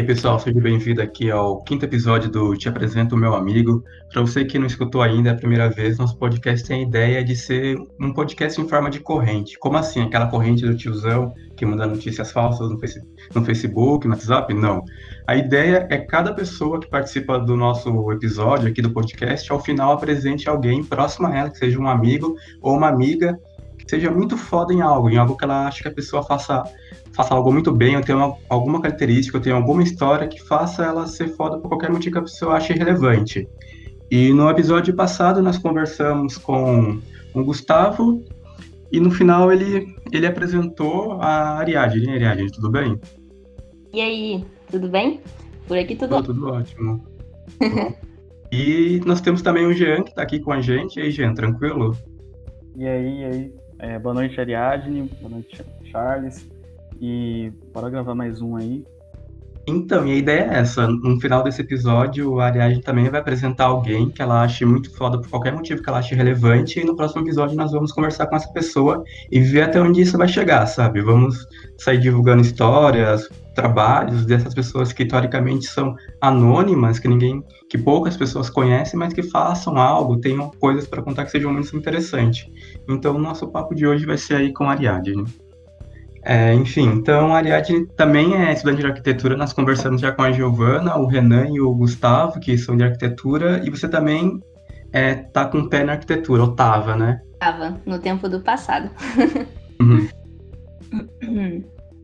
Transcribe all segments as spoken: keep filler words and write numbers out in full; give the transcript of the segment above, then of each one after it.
pessoal, seja bem-vindo aqui ao quinto episódio do Te Apresento o Meu Amigo. Para você que não escutou ainda, é a primeira vez, nosso podcast tem a ideia de ser um podcast em forma de corrente. Como assim? Aquela corrente do tiozão que manda notícias falsas no Face- no Facebook, no WhatsApp? Não. A ideia é cada pessoa que participa do nosso episódio aqui do podcast, ao final apresente alguém próximo a ela, que seja um amigo ou uma amiga, que seja muito foda em algo, em algo que ela acha que a pessoa faça faça algo muito bem, ou tenha uma- alguma característica, ou tenha alguma história que faça ela ser foda por qualquer motivo que a pessoa ache relevante. E no episódio passado nós conversamos com o Gustavo e no final ele, ele apresentou a Ariadne. Ariadne, tudo bem? E aí, tudo bem? Por aqui tudo Tudo, ótimo. tudo ótimo. Bom. E nós temos também o Jean, que está aqui com a gente. E aí, Jean, tranquilo? E aí, e aí? É, boa noite, Ariadne. Boa noite, Charles. E bora gravar mais um aí. Então, e a ideia é essa. No final desse episódio, a Ariadne também vai apresentar alguém que ela ache muito foda por qualquer motivo que ela ache relevante. E no próximo episódio nós vamos conversar com essa pessoa e ver até onde isso vai chegar, sabe? Vamos sair divulgando histórias, trabalhos dessas pessoas que teoricamente são anônimas, que ninguém, que poucas pessoas conhecem, mas que façam algo, tenham coisas para contar que sejam muito interessantes. Então, o nosso papo de hoje vai ser aí com a Ariadne. É, enfim, então a Ariadne também é estudante de arquitetura, nós conversamos já com a Giovana, o Renan e o Gustavo, que são de arquitetura, e você também é, tá com o pé na arquitetura, ou tava, né? Tava no tempo do passado. Uhum.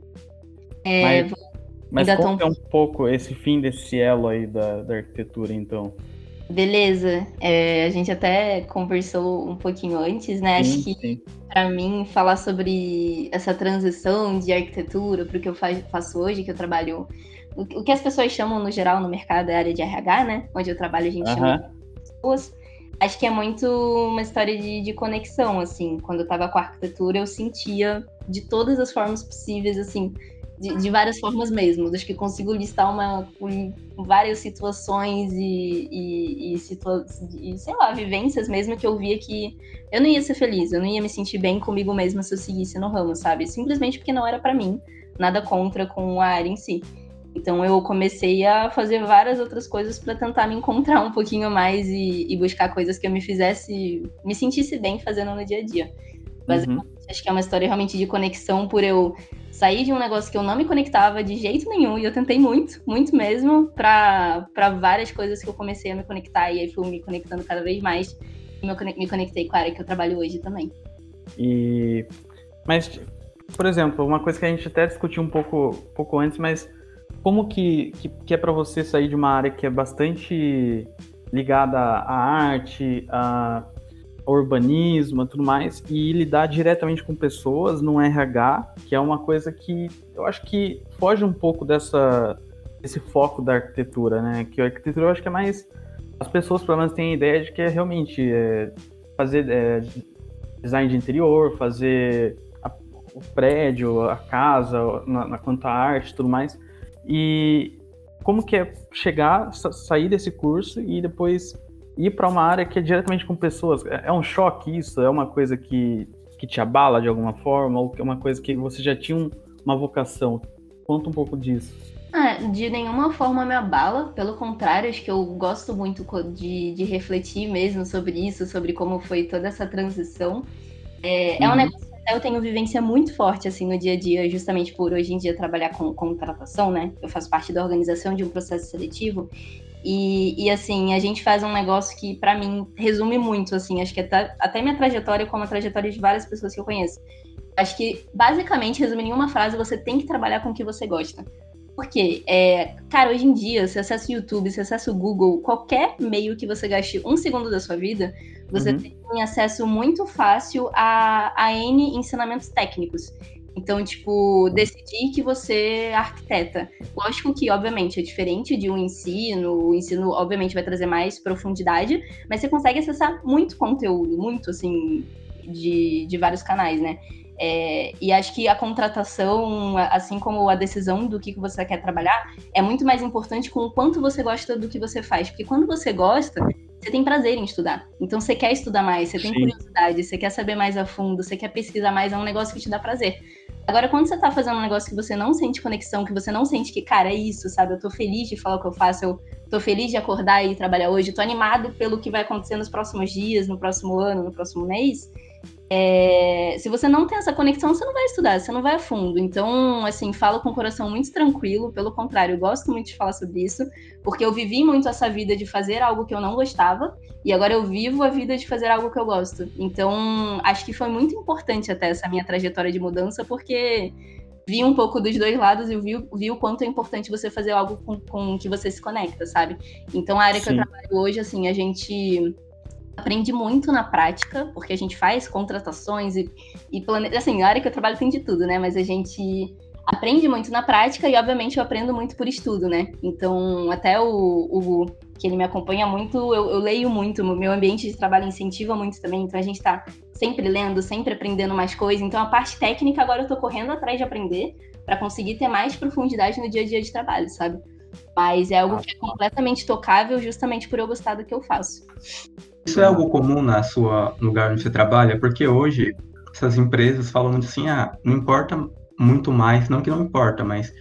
É, Mas, vou- mas ainda conta tô- um pouco esse fim desse elo aí da, da arquitetura, então. Beleza, é, a gente até conversou um pouquinho antes, né? Sim, Acho que sim. para mim falar sobre essa transição de arquitetura para o que eu fa- faço hoje, que eu trabalho, o o que as pessoas chamam no geral no mercado é área de R H, né? Onde eu trabalho a gente chama Aham. pessoas. Acho que é muito uma história de, de conexão, assim. Quando eu tava com a arquitetura, eu sentia de todas as formas possíveis, assim, de, de várias formas mesmo. Acho que consigo listar uma, um, várias situações e, e, e, situa e, sei lá, vivências mesmo que eu via que eu não ia ser feliz, eu não ia me sentir bem comigo mesma se eu seguisse no ramo, sabe? Simplesmente porque não era pra mim. Nada contra com a área em si. Então eu comecei a fazer várias outras coisas para tentar me encontrar um pouquinho mais e, e buscar coisas que eu me fizesse, me sentisse bem fazendo no dia a dia. Basicamente, Uhum. acho que é uma história realmente de conexão por eu sair de um negócio que eu não me conectava de jeito nenhum, e eu tentei muito, muito mesmo, para várias coisas que eu comecei a me conectar, e aí fui me conectando cada vez mais, e me conectei com a área que eu trabalho hoje também. E... Mas, por exemplo, uma coisa que a gente até discutiu um pouco, pouco antes, mas como que, que, que é para você sair de uma área que é bastante ligada à arte, a, ao urbanismo e tudo mais, e lidar diretamente com pessoas no R H, que é uma coisa que eu acho que foge um pouco dessa, desse foco da arquitetura, né? Que a arquitetura eu acho que é mais... As pessoas, pelo menos, têm a ideia de que é realmente é, fazer é, design de interior, fazer a, o prédio, a casa, na, na, quanto à arte e tudo mais. E como que é chegar, sair desse curso e depois ir para uma área que é diretamente com pessoas? É um choque isso? É uma coisa que, que te abala de alguma forma? Ou é uma coisa que você já tinha um, uma vocação? Conta um pouco disso. Ah, de nenhuma forma me abala, pelo contrário, acho que eu gosto muito de, de refletir mesmo sobre isso, sobre como foi toda essa transição. É, uhum. é um negócio que até eu tenho vivência muito forte assim no dia a dia, justamente por hoje em dia trabalhar com contratação, né? Eu faço parte da organização de um processo seletivo e, e assim, a gente faz um negócio que para mim resume muito, assim, acho que até, até minha trajetória como a trajetória de várias pessoas que eu conheço. Acho que basicamente, resumindo em uma frase, você tem que trabalhar com o que você gosta. Porque, é, cara, hoje em dia, você acessa o YouTube, você acessa o Google, qualquer meio que você gaste um segundo da sua vida, você uhum. tem acesso muito fácil a, a N ensinamentos técnicos. Então, tipo, decidir que você é arquiteta. Lógico que, obviamente, é diferente de um ensino. O ensino, obviamente, vai trazer mais profundidade, mas você consegue acessar muito conteúdo, muito, assim, de, de vários canais, né? É, e acho que a contratação, assim como a decisão do que você quer trabalhar, é muito mais importante com o quanto você gosta do que você faz. Porque quando você gosta, você tem prazer em estudar. Então você quer estudar mais, você tem Sim. curiosidade, você quer saber mais a fundo, você quer pesquisar mais, é um negócio que te dá prazer. Agora, quando você tá fazendo um negócio que você não sente conexão, que você não sente que, cara, é isso, sabe? Eu tô feliz de falar o que eu faço, eu tô feliz de acordar e trabalhar hoje, tô animado pelo que vai acontecer nos próximos dias, no próximo ano, no próximo mês. É, se você não tem essa conexão, você não vai estudar, você não vai a fundo. Então, assim, falo com o coração muito tranquilo, pelo contrário, eu gosto muito de falar sobre isso, porque eu vivi muito essa vida de fazer algo que eu não gostava, e agora eu vivo a vida de fazer algo que eu gosto. Então, acho que foi muito importante até essa minha trajetória de mudança, porque vi um pouco dos dois lados e vi, vi o quanto é importante você fazer algo com, com que você se conecta, sabe? Então, a área Sim. que eu trabalho hoje, assim, a gente aprende muito na prática, porque a gente faz contratações e, e plane... assim, a área que eu trabalho tem de tudo, né? Mas a gente aprende muito na prática e, obviamente, eu aprendo muito por estudo, né? Então, até o, o que ele me acompanha muito, eu, eu leio muito, o meu ambiente de trabalho incentiva muito também, então a gente tá sempre lendo, sempre aprendendo mais coisas. Então, a parte técnica, agora eu tô correndo atrás de aprender para conseguir ter mais profundidade no dia a dia de trabalho, sabe? Mas é algo que é completamente tocável justamente por eu gostar do que eu faço. Isso é algo comum na sua no lugar onde você trabalha? Porque hoje essas empresas falam muito assim, ah, não importa muito mais, não que não importa, mas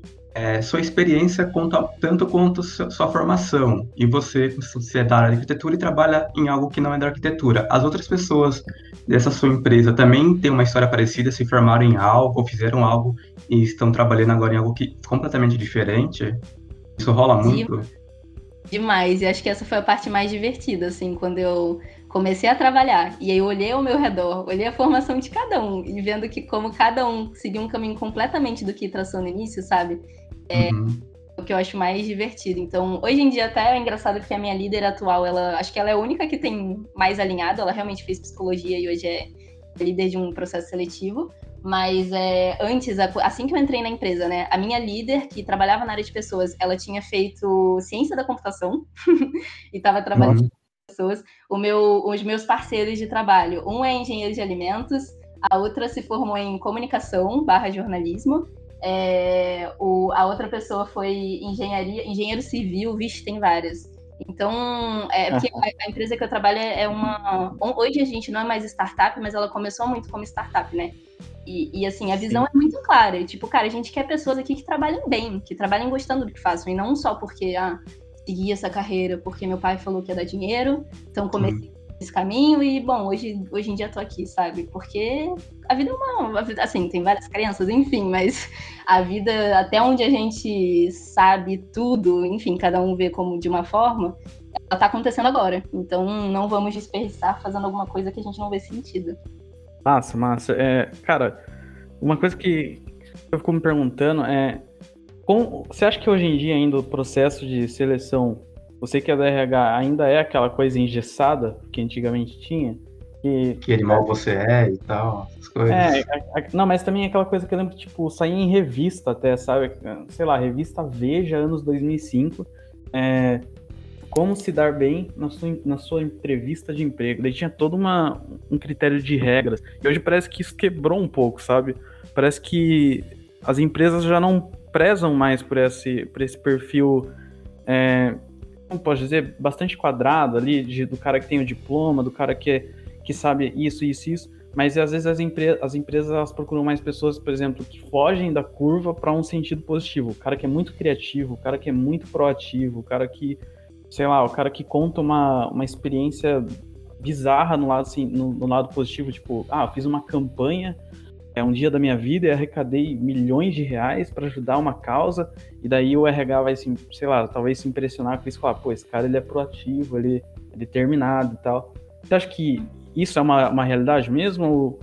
é, sua experiência conta tanto quanto sua, sua formação. E você, você é da área de arquitetura e trabalha em algo que não é da arquitetura. As outras pessoas dessa sua empresa também têm uma história parecida, se formaram em algo, ou fizeram algo e estão trabalhando agora em algo que completamente diferente? Isso rola muito? Demais, e acho que essa foi a parte mais divertida, assim, quando eu comecei a trabalhar, e aí eu olhei ao meu redor, olhei a formação de cada um, e vendo que como cada um seguiu um caminho completamente do que traçou no início, sabe? É Uhum. o que eu acho mais divertido. Então, hoje em dia até é engraçado porque a minha líder atual, ela, acho que ela é a única que tem mais alinhado, ela realmente fez psicologia e hoje é líder de um processo seletivo. Mas é, antes, assim que eu entrei na empresa, né, a minha líder, que trabalhava na área de pessoas, ela tinha feito ciência da computação e estava trabalhando Uhum. com pessoas. O meu, os meus parceiros de trabalho, um é engenheiro de alimentos, a outra se formou em comunicação barra jornalismo, é, o, a outra pessoa foi engenharia, engenheiro civil, vixe, tem várias. Então, é porque a, a empresa que eu trabalho é uma... Hoje a gente não é mais startup, mas ela começou muito como startup, né? E, e, assim, a visão Sim. é muito clara. Tipo, cara, a gente quer pessoas aqui que trabalhem bem, que trabalhem gostando do que façam. E não só porque, ah, segui essa carreira porque meu pai falou que ia dar dinheiro. Então, comecei Sim. esse caminho e, bom, hoje, hoje em dia tô aqui, sabe? Porque a vida é uma... A vida, assim, tem várias crenças, enfim. Mas a vida, até onde a gente sabe tudo, enfim, cada um vê como de uma forma, ela tá acontecendo agora. Então, não vamos desperdiçar fazendo alguma coisa que a gente não vê sentido. Massa, massa. É, cara, uma coisa que eu fico me perguntando é, como, você acha que hoje em dia ainda o processo de seleção, você que é da R H, ainda é aquela coisa engessada que antigamente tinha? Que, que animal você é e tal, essas coisas. É, a, a, não, mas também aquela coisa que eu lembro, tipo, sair em revista até, sabe? Sei lá, revista Veja, anos dois mil e cinco, é... como se dar bem na sua, na sua entrevista de emprego. Daí tinha todo uma, um critério de regras. E hoje parece que isso quebrou um pouco, sabe? Parece que as empresas já não prezam mais por esse, por esse perfil, é, como posso dizer, bastante quadrado ali, de, do cara que tem o diploma, do cara que, é, que sabe isso, isso, isso. Mas às vezes as, empre- as empresas elas procuram mais pessoas, por exemplo, que fogem da curva para um sentido positivo. O cara que é muito criativo, o cara que é muito proativo, o cara que sei lá, o cara que conta uma, uma experiência bizarra no lado, assim, no, no lado positivo, tipo, ah, eu fiz uma campanha, é um dia da minha vida e arrecadei milhões de reais para ajudar uma causa, e daí o R H vai, assim, sei lá, talvez se impressionar com isso, falar, pô, esse cara, ele é proativo, ele é determinado e tal. Você acha que isso é uma, uma realidade mesmo, ou,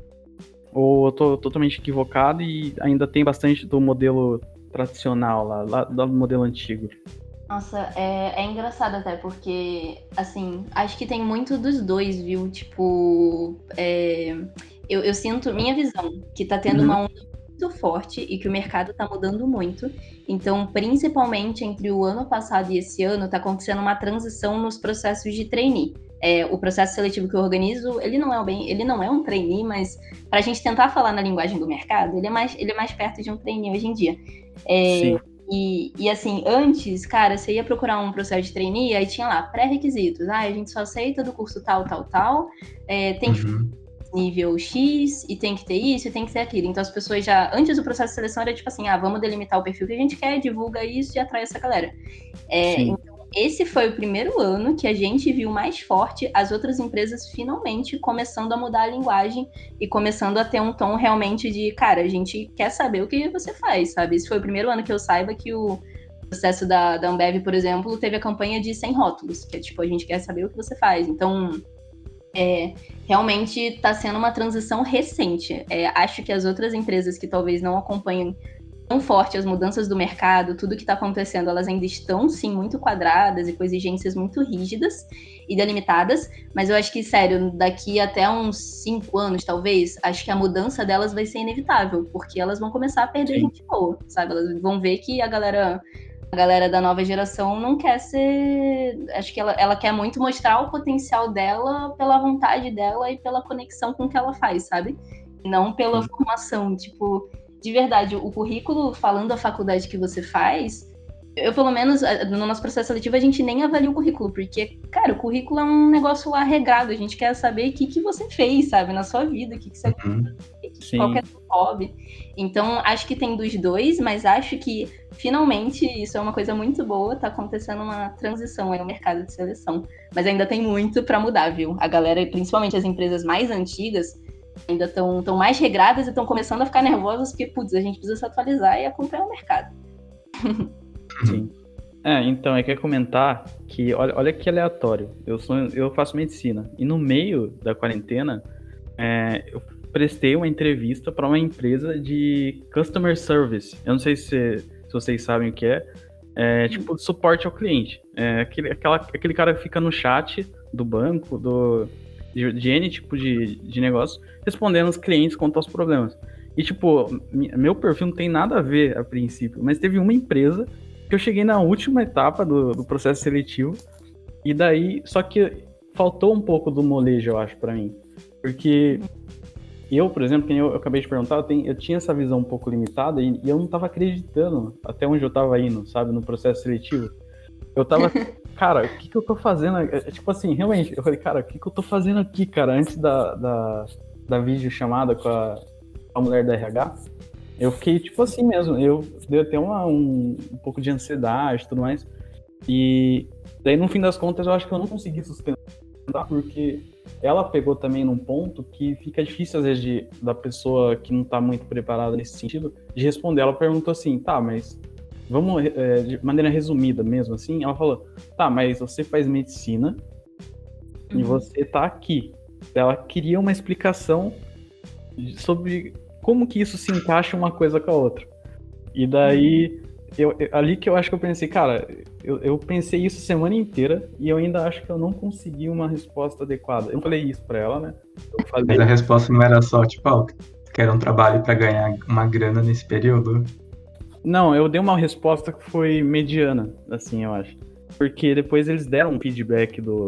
ou eu tô totalmente equivocado e ainda tem bastante do modelo tradicional lá, lá do modelo antigo? Nossa, é, é engraçado até, porque, assim, acho que tem muito dos dois, viu? Tipo, é, eu, eu sinto, minha visão, que tá tendo uhum. uma onda muito forte e que o mercado tá mudando muito. Então, principalmente entre o ano passado e esse ano, tá acontecendo uma transição nos processos de trainee. É, o processo seletivo que eu organizo, ele não é bem, ele não é um trainee, mas pra gente tentar falar na linguagem do mercado, ele é mais, ele é mais perto de um trainee hoje em dia. É, Sim. E, e assim, antes, cara, você ia procurar um processo de trainee, aí tinha lá, pré-requisitos. Ah, a gente só aceita do curso tal, tal, tal. É, tem que Uhum. nível X, e tem que ter isso, e tem que ter aquilo. Então as pessoas já, antes do processo de seleção, era tipo assim, ah, vamos delimitar o perfil que a gente quer, divulga isso e atrai essa galera. É, então, esse foi o primeiro ano que a gente viu mais forte as outras empresas finalmente começando a mudar a linguagem e começando a ter um tom realmente de, cara, a gente quer saber o que você faz, sabe? Esse foi o primeiro ano que eu saiba que o processo da, da Ambev, por exemplo, teve a campanha de sem rótulos, que é tipo, a gente quer saber o que você faz. Então, é, realmente está sendo uma transição recente. É, acho que as outras empresas que talvez não acompanhem tão forte as mudanças do mercado, tudo que está acontecendo, elas ainda estão, sim, muito quadradas e com exigências muito rígidas e delimitadas, mas eu acho que, sério, daqui até uns cinco anos, talvez, acho que a mudança delas vai ser inevitável, porque elas vão começar a perder Sim. gente boa, sabe? Elas vão ver que a galera... A galera da nova geração não quer ser... Acho que ela, ela quer muito mostrar o potencial dela pela vontade dela e pela conexão com o que ela faz, sabe? Não pela Sim. formação. Tipo, de verdade, o currículo, falando a faculdade que você faz... Eu, pelo menos, no nosso processo seletivo, a gente nem avalia o currículo, porque, cara, o currículo é um negócio lá regado. A gente quer saber o que, que você fez, sabe? Na sua vida, o que, que você... Uhum. Qual que é seu hobby. Então, acho que tem dos dois, mas acho que, finalmente, isso é uma coisa muito boa, tá acontecendo uma transição aí no mercado de seleção. Mas ainda tem muito para mudar, viu? A galera, principalmente as empresas mais antigas, ainda estão tão mais regradas e estão começando a ficar nervosas porque, putz, a gente precisa se atualizar e acompanhar o mercado. Sim. É, então, é que comentar que, olha, olha que aleatório, eu, sou, eu faço medicina, e no meio da quarentena, é, eu prestei uma entrevista para uma empresa de customer service. Eu não sei se, se vocês sabem o que é, é tipo suporte ao cliente. É aquele, aquela, aquele cara que fica no chat do banco, do, de, de N tipo de, de negócio, respondendo os clientes quanto aos problemas. E, tipo, meu perfil não tem nada a ver a princípio, mas teve uma empresa que eu cheguei na última etapa do, do processo seletivo, e daí, só que faltou um pouco do molejo, eu acho, pra mim. Porque eu, por exemplo, quem eu, eu acabei de perguntar, eu, tenho, eu tinha essa visão um pouco limitada e, e eu não tava acreditando até onde eu tava indo, sabe, no processo seletivo. Eu tava, cara, o que que eu tô fazendo? É, tipo assim, realmente, eu falei, cara, o que que eu tô fazendo aqui, cara, antes da, da, da videochamada com a, a mulher da R H? Eu fiquei, tipo assim mesmo, eu dei até uma, um, um pouco de ansiedade e tudo mais. E daí, no fim das contas, eu acho que eu não consegui sustentar, porque ela pegou também num ponto que fica difícil, às vezes, de, da pessoa que não tá muito preparada nesse sentido, de responder. Ela perguntou assim, tá, mas vamos, é, de maneira resumida mesmo, assim, ela falou, tá, mas você faz medicina uhum. e você tá aqui. Ela queria uma explicação sobre como que isso se encaixa uma coisa com a outra. E daí, eu, eu, ali que eu acho que eu pensei, cara, eu, eu pensei isso a semana inteira e eu ainda acho que eu não consegui uma resposta adequada. Eu falei isso pra ela, né? Eu falei... Mas a resposta não era só, tipo, ó, quero um trabalho pra ganhar uma grana nesse período? Não, eu dei uma resposta que foi mediana, assim, eu acho. Porque depois eles deram um feedback do...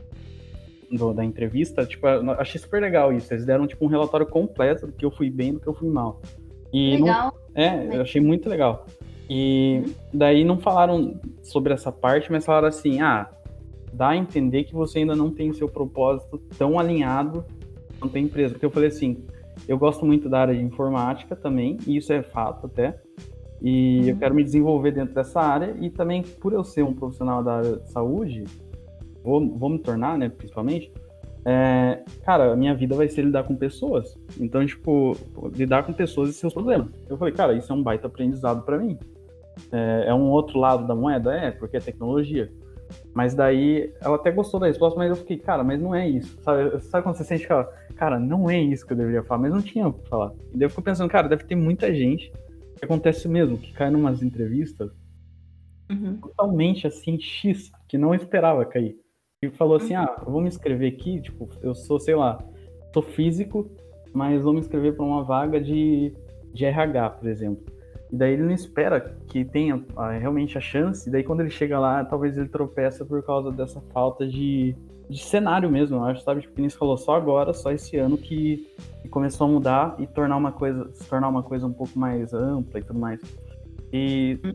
Do, da entrevista, tipo, eu achei super legal isso. Eles deram tipo um relatório completo do que eu fui bem e do que eu fui mal. E legal. Não, é, eu achei muito legal. E uhum. daí não falaram sobre essa parte, mas falaram assim, ah, dá a entender que você ainda não tem seu propósito tão alinhado quanto a empresa. Porque eu falei assim, eu gosto muito da área de informática também, e isso é fato até, e uhum. eu quero me desenvolver dentro dessa área, e também por eu ser um profissional da área de saúde, Vou, vou me tornar, né, principalmente, é, cara, a minha vida vai ser lidar com pessoas. Então, tipo, lidar com pessoas e seus problemas. Eu falei, cara, isso é um baita aprendizado pra mim. É, é um outro lado da moeda? É, porque é tecnologia. Mas daí, ela até gostou da resposta, mas eu fiquei, cara, mas não é isso. Sabe, sabe quando você sente que, cara, não é isso que eu deveria falar, mas não tinha o que falar. E daí eu fico pensando, cara, deve ter muita gente que acontece mesmo, que cai numas entrevistas uhum. totalmente, assim, X, que não esperava cair. E falou assim, ah, eu vou me inscrever aqui, tipo, eu sou, sei lá, sou físico, mas vou me inscrever para uma vaga de, de R H, por exemplo. E daí ele não espera que tenha ah, realmente a chance, e daí quando ele chega lá, talvez ele tropeça por causa dessa falta de, de cenário mesmo, eu acho, sabe? Tipo, que nem você falou, só agora, só esse ano que, que começou a mudar e tornar uma coisa, se tornar uma coisa um pouco mais ampla e tudo mais. E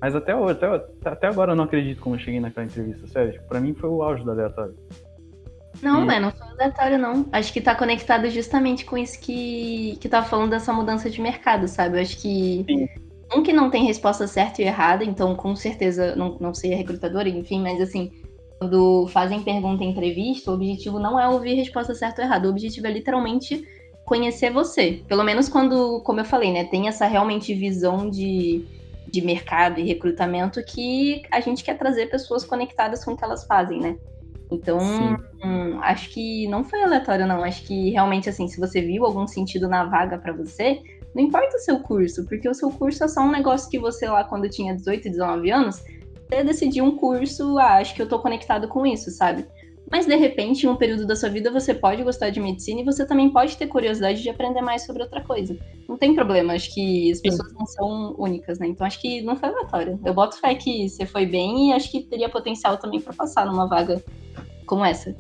Mas até, hoje, até, até agora eu não acredito como eu cheguei naquela entrevista, sério. Tipo, pra mim foi o auge do aleatório. Não, E- mas não foi aleatório, não. Acho que tá conectado justamente com isso que, que tá falando dessa mudança de mercado, sabe? Eu acho que Sim. um que não tem resposta certa e errada, então com certeza não, não sei a recrutadora, enfim, mas assim, quando fazem pergunta em entrevista, o objetivo não é ouvir resposta certa ou errada, o objetivo é literalmente conhecer você. Pelo menos quando, como eu falei, né, tem essa realmente visão de, de mercado e recrutamento que a gente quer trazer pessoas conectadas com o que elas fazem, né? Então, Sim. hum, acho que não foi aleatório, não. Acho que realmente, assim, se você viu algum sentido na vaga pra você, não importa o seu curso, porque o seu curso é só um negócio que você lá, quando tinha dezoito, dezenove anos, você decidiu um curso, ah, acho que eu tô conectado com isso, sabe? Mas, de repente, em um período da sua vida, você pode gostar de medicina e você também pode ter curiosidade de aprender mais sobre outra coisa. Não tem problema, acho que as pessoas não são únicas, né? Então, acho que não foi aleatório. Eu boto fé que você foi bem e acho que teria potencial também pra passar numa vaga como essa.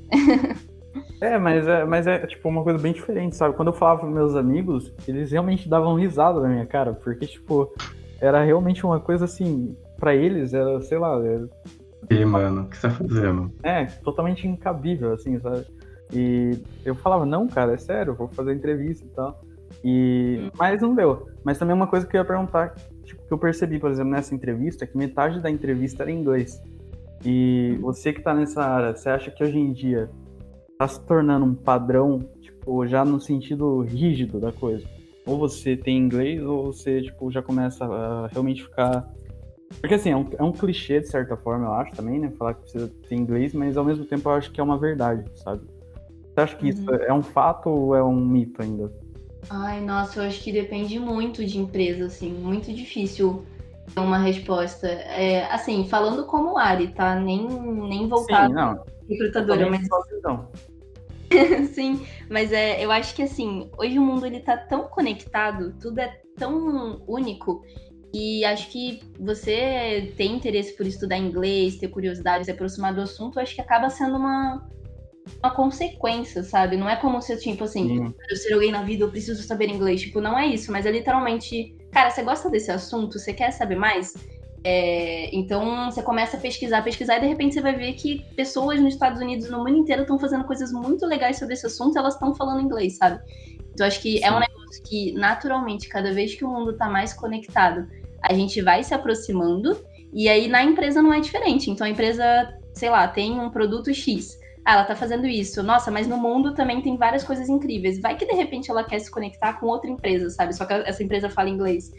É, mas é, mas é tipo uma coisa bem diferente, sabe? Quando eu falava pros meus amigos, eles realmente davam risada na minha cara, porque, tipo, era realmente uma coisa assim, pra eles era, sei lá, era, E, mano, o que você tá fazendo? é, totalmente incabível, assim, sabe? E eu falava, não, cara, é sério, eu vou fazer entrevista e tal. E... Mas não deu. Mas também uma coisa que eu ia perguntar, tipo, que eu percebi, por exemplo, nessa entrevista, é que metade da entrevista era em inglês. E você que tá nessa área, você acha que hoje em dia tá se tornando um padrão, tipo, já no sentido rígido da coisa? Ou você tem inglês, ou você, tipo, já começa a realmente ficar... Porque, assim, é um, é um clichê, de certa forma, eu acho, também, né? Falar que precisa ter inglês, mas, ao mesmo tempo, eu acho que é uma verdade, sabe? Você acha que isso Uhum. é um fato ou é um mito ainda? Ai, nossa, eu acho que depende muito de empresa, assim, muito difícil ter uma resposta. É, assim, falando como Ari, tá? Nem, nem Sim, voltado não. recrutadora, Totalmente mas sua visão. sim, mas é, eu acho que assim, hoje o mundo ele tá tão conectado, tudo é tão único, e acho que você ter interesse por estudar inglês, ter curiosidade, se aproximar do assunto, acho que acaba sendo uma, uma consequência, sabe? Não é como se, tipo assim, Sim. para eu ser alguém na vida, eu preciso saber inglês. Tipo, não é isso, mas é literalmente, cara, você gosta desse assunto? Você quer saber mais? É, então você começa a pesquisar, pesquisar, e de repente você vai ver que pessoas nos Estados Unidos e no mundo inteiro estão fazendo coisas muito legais sobre esse assunto e elas estão falando inglês, sabe? Então acho que é um Sim. negócio que, naturalmente, cada vez que o mundo está mais conectado, a gente vai se aproximando, e aí na empresa não é diferente. Então a empresa, sei lá, tem um produto X. Ah, ela tá fazendo isso. Nossa, mas no mundo também tem várias coisas incríveis. Vai que de repente ela quer se conectar com outra empresa, sabe? Só que essa empresa fala inglês.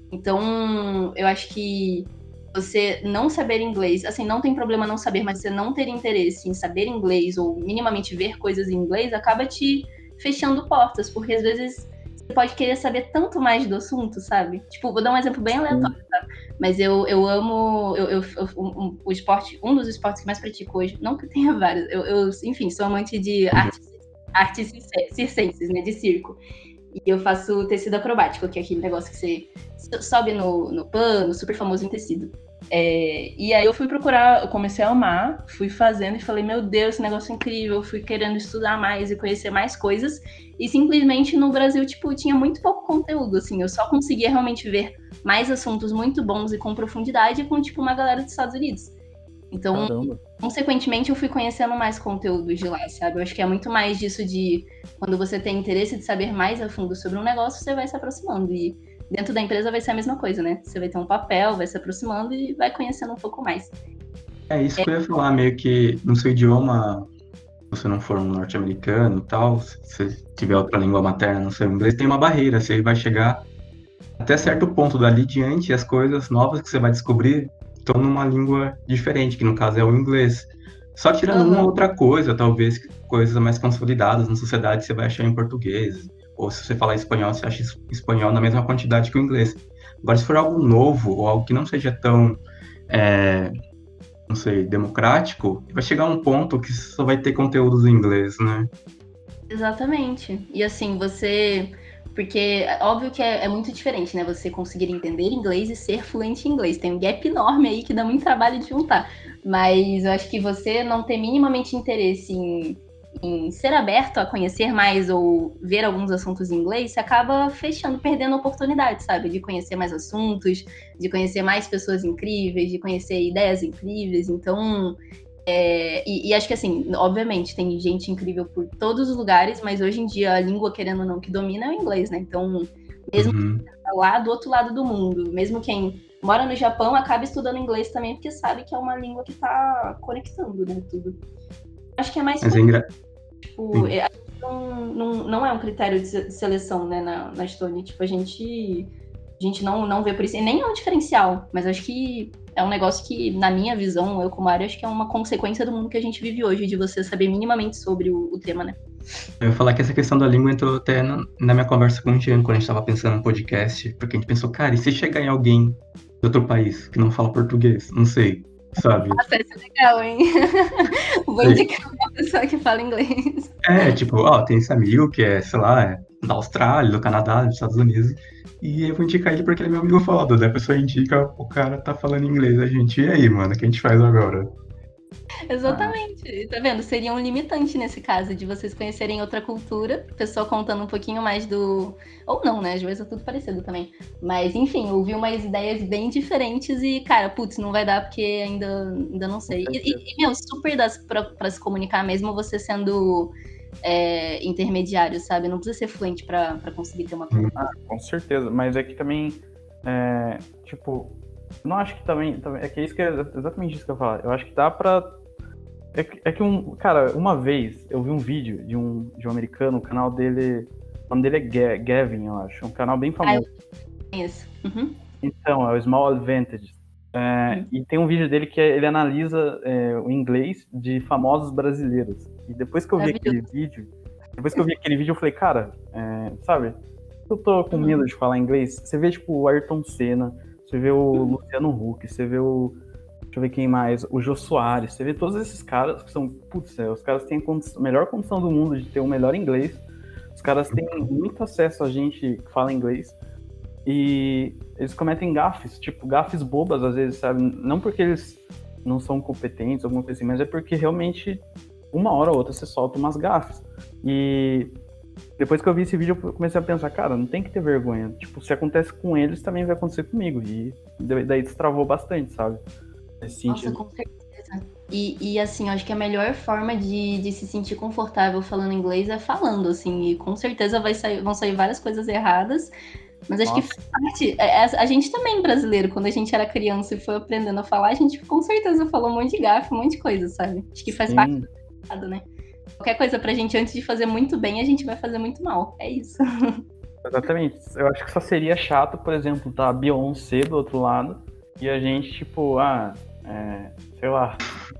Então, eu acho que você não saber inglês, assim, não tem problema não saber, mas você não ter interesse em saber inglês ou minimamente ver coisas em inglês, acaba te fechando portas, porque às vezes você pode querer saber tanto mais do assunto, sabe? Tipo, vou dar um exemplo bem aleatório, tá? Mas eu, eu amo eu, eu, eu, um, o esporte, um dos esportes que mais pratico hoje, não que eu tenha vários, eu, eu enfim, sou amante de artes, artes circenses, né, de circo. E eu faço tecido acrobático, que é aquele negócio que você sobe no, no pano, super famoso em tecido. É, e aí eu fui procurar, eu comecei a amar, fui fazendo e falei, meu Deus, esse negócio é incrível, fui querendo estudar mais e conhecer mais coisas, e simplesmente no Brasil, tipo, tinha muito pouco conteúdo, assim, eu só conseguia realmente ver mais assuntos muito bons e com profundidade com, tipo, uma galera dos Estados Unidos. Então, Caramba. consequentemente, eu fui conhecendo mais conteúdo de lá, sabe? Eu acho que é muito mais disso de quando você tem interesse de saber mais a fundo sobre um negócio, você vai se aproximando. E dentro da empresa vai ser a mesma coisa, né? Você vai ter um papel, vai se aproximando e vai conhecendo um pouco mais. É isso que eu ia falar, meio que no seu idioma, se você não for um norte-americano e tal, se você tiver outra língua materna, não sei o inglês, tem uma barreira, você vai chegar até certo ponto dali diante, as coisas novas que você vai descobrir estão numa língua diferente, que no caso é o inglês. Só tirando uma Uhum. outra coisa, talvez coisas mais consolidadas na sociedade você vai achar em português, ou se você falar espanhol, você acha espanhol na mesma quantidade que o inglês. Agora, se for algo novo, ou algo que não seja tão, é, não sei, democrático, vai chegar um ponto que só vai ter conteúdos em inglês, né? Exatamente. E assim, você... Porque, óbvio que é, é muito diferente, né? Você conseguir entender inglês e ser fluente em inglês. Tem um gap enorme aí que dá muito trabalho de juntar. Mas eu acho que você não ter minimamente interesse em, em ser aberto a conhecer mais ou ver alguns assuntos em inglês, você acaba fechando, perdendo oportunidades, sabe? De conhecer mais assuntos, de conhecer mais pessoas incríveis, de conhecer ideias incríveis. Então, é, e, e acho que assim, obviamente, tem gente incrível por todos os lugares, mas hoje em dia a língua, querendo ou não, que domina é o inglês, né? Então, mesmo Uhum. quem tá lá do outro lado do mundo, mesmo quem mora no Japão, acaba estudando inglês também, porque sabe que é uma língua que tá conectando, né, tudo. Acho que é mais Mas por é engra... tipo, Sim. é, não, não, não é um critério de se- seleção, né, na, na Estônia. Tipo, a gente, a gente não, não vê por isso. E nem é um diferencial, mas acho que é um negócio que, na minha visão, eu como área, acho que é uma consequência do mundo que a gente vive hoje, de você saber minimamente sobre o, o tema, né? Eu ia falar que essa questão da língua entrou até na, na minha conversa com o Jean, quando a gente tava pensando no podcast, porque a gente pensou, cara, e se chegar em alguém de outro país que não fala português? Não sei, sabe? Nossa, isso é legal, hein? Vou Sei. indicar uma pessoa que fala inglês. É, tipo, ó, tem esse amigo que é, sei lá, é da Austrália, do Canadá, dos Estados Unidos, e eu vou indicar ele porque ele é meu amigo foda. Daí a pessoa indica, o cara tá falando inglês, a gente, e aí, mano, o que a gente faz agora? Ah, Exatamente. Tá vendo? Seria um limitante nesse caso, de vocês conhecerem outra cultura, pessoa contando um pouquinho mais do. Ou não, né? Às vezes é tudo parecido também. Mas, enfim, ouvi umas ideias bem diferentes e, cara, putz, não vai dar porque ainda, ainda não sei. E, e, e, meu, super dá pra, pra se comunicar mesmo você sendo é, intermediário, sabe? Não precisa ser fluente pra, pra conseguir ter uma conversa. ah, com certeza. Mas é que também, é, tipo, não acho que também, também. É que é isso que é exatamente isso que eu ia falar. Eu acho que dá pra. É que, é que um. Cara, uma vez eu vi um vídeo de um, de um americano, o canal dele. O nome dele é Ga- Gavin, eu acho. Um canal bem Ah, eu famoso. conheço. Uhum. Então, é o Small Advantage. É, Uhum. e tem um vídeo dele que é- ele analisa é, o inglês de famosos brasileiros. E depois que eu vi aquele Maravilhoso. vídeo, depois que eu vi aquele vídeo, eu falei, cara, é, sabe, eu tô com Uhum. medo de falar inglês. Você vê, tipo, o Ayrton Senna, você vê o Luciano Huck, você vê o. Deixa eu ver quem mais, o Jô Soares, você vê todos esses caras que são, putz, é, os caras têm a condi- melhor condição do mundo de ter o melhor inglês. Os caras têm muito acesso a gente que fala inglês. E eles cometem gafes, tipo, gafes bobas às vezes, sabe? Não porque eles não são competentes, alguma coisa assim, mas é porque realmente uma hora ou outra você solta umas gafes. E depois que eu vi esse vídeo, eu comecei a pensar, cara, não tem que ter vergonha. Tipo, se acontece com eles, também vai acontecer comigo. E daí destravou bastante, sabe? Nesse Nossa, sentido. com certeza. E, e assim, eu acho que a melhor forma de, de se sentir confortável falando inglês é falando, assim, e com certeza vai sair, vão sair várias coisas erradas, mas acho que Nossa, faz parte. É, é, a gente também, brasileiro, quando a gente era criança e foi aprendendo a falar, a gente com certeza falou um monte de gafe, um monte de coisa, sabe? Acho que faz parte sim, do mercado, né? Qualquer coisa pra gente, antes de fazer muito bem, a gente vai fazer muito mal. É isso. exatamente. Eu acho que só seria chato, por exemplo, tá a Beyoncé do outro lado e a gente, tipo, ah, é, sei lá,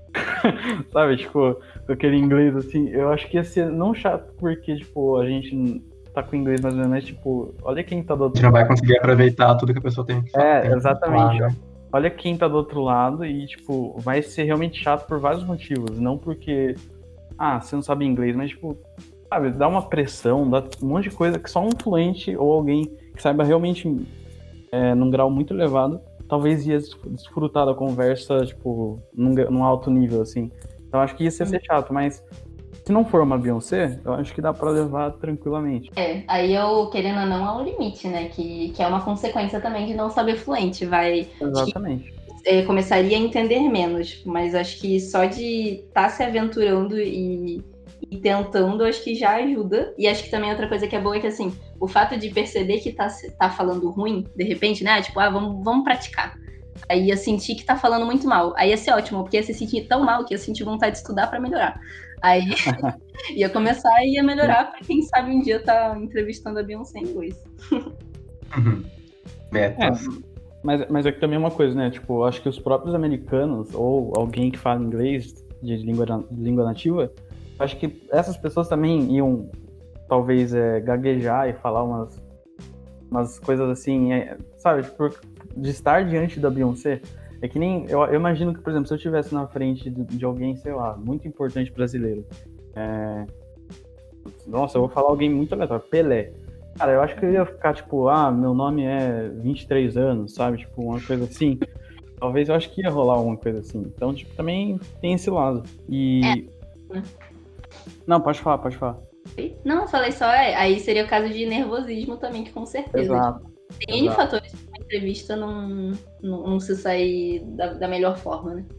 sabe, tipo, com aquele inglês assim, eu acho que ia ser não chato porque, tipo, a gente tá com inglês mais ou menos, mas, tipo, olha quem tá do A outro gente não lado. vai conseguir aproveitar tudo que a pessoa tem que fa- É, tem que falar, exatamente. né? Olha quem tá do outro lado e, tipo, vai ser realmente chato por vários motivos. Não porque, ah, você não sabe inglês, mas, tipo, sabe, dá uma pressão, dá um monte de coisa que só um fluente ou alguém que saiba realmente é, num grau muito elevado, talvez ia desfrutar da conversa, tipo, num, num alto nível, assim. Então acho que isso ia ser chato, mas se não for uma Beyoncé, eu acho que dá pra levar tranquilamente. É, aí eu, querendo ou não, é um limite, né? Que, que é uma consequência também de não saber fluente. Vai. Acho que Exatamente. é, começaria a entender menos, mas acho que só de estar tá se aventurando e, e tentando, acho que já ajuda. E acho que também outra coisa que é boa é que, assim, o fato de perceber que tá, tá falando ruim, de repente, né? Tipo, ah, vamos, vamos praticar. Aí ia sentir que tá falando muito mal. Aí ia ser ótimo, porque ia se sentir tão mal que ia sentir vontade de estudar pra melhorar. Aí ia começar e ia melhorar pra quem sabe um dia tá entrevistando a Beyoncé em inglês. Uhum. É, Metas. mas, mas é que também é uma coisa, né? Tipo, eu acho que os próprios americanos, ou alguém que fala inglês de língua, de língua nativa, eu acho que essas pessoas também iam, talvez, é, gaguejar e falar umas, umas coisas assim, é, sabe? Tipo, de estar diante da Beyoncé. É que nem. Eu, eu imagino que, por exemplo, se eu estivesse na frente de, de alguém, sei lá, muito importante brasileiro. É, nossa, eu vou falar alguém muito aleatório, Pelé. Cara, eu acho que eu ia ficar, tipo, ah, meu nome é vinte e três anos, sabe? Tipo, uma coisa assim. Talvez eu acho que ia rolar alguma coisa assim. Então, tipo, também tem esse lado. E. Não, pode falar, pode falar. Não, eu falei só, é, aí seria o caso de nervosismo também, que com certeza. Exato. Tipo, tem N fatores que uma entrevista não, não, não se sair da, da melhor forma, né?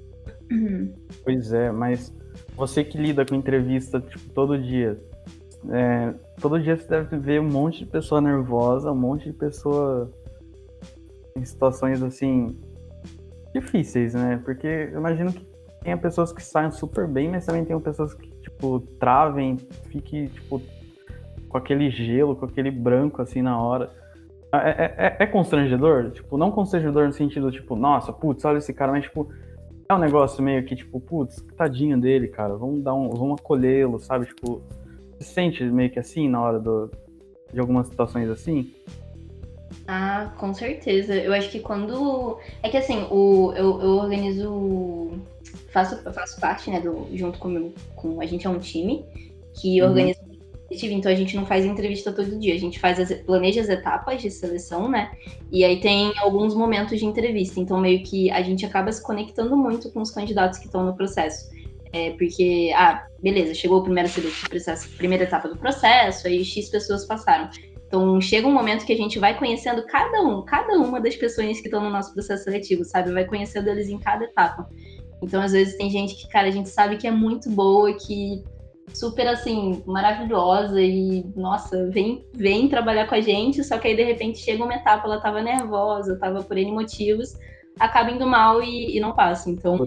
Pois é, mas você que lida com entrevista, tipo, todo dia, é, todo dia você deve ver um monte de pessoa nervosa, um monte de pessoa em situações, assim, difíceis, né? Porque eu imagino que tenha pessoas que saiam super bem, mas também tem pessoas que, tipo, travem, fiquem, tipo, com aquele gelo, com aquele branco, assim, na hora. É, é, é constrangedor? Tipo, não constrangedor no sentido, tipo, nossa, putz, olha esse cara, mas, tipo, é um negócio meio que, tipo, putz, tadinho dele, cara, vamos dar um, vamos acolhê-lo, sabe? Tipo, você sente meio que assim na hora do, de algumas situações assim? Ah, com certeza. Eu acho que quando... É que assim, o, eu, eu organizo... Faço, eu faço parte, né, do, junto com, meu, com... A gente é um time que Uhum. organiza então a gente não faz entrevista todo dia, a gente faz as, planeja as etapas de seleção, né? E aí tem alguns momentos de entrevista, então meio que a gente acaba se conectando muito com os candidatos que estão no processo. É, porque, ah, beleza, chegou o primeiro processo, primeira etapa do processo, aí X pessoas passaram. Então chega um momento que a gente vai conhecendo cada um, cada uma das pessoas que estão no nosso processo seletivo, sabe? Vai conhecendo eles em cada etapa. Então às vezes tem gente que, cara, a gente sabe que é muito boa, que super, assim, maravilhosa e, nossa, vem, vem trabalhar com a gente, só que aí, de repente, chega uma etapa, ela tava nervosa, tava por N motivos, acaba indo mal e, e não passa. Então,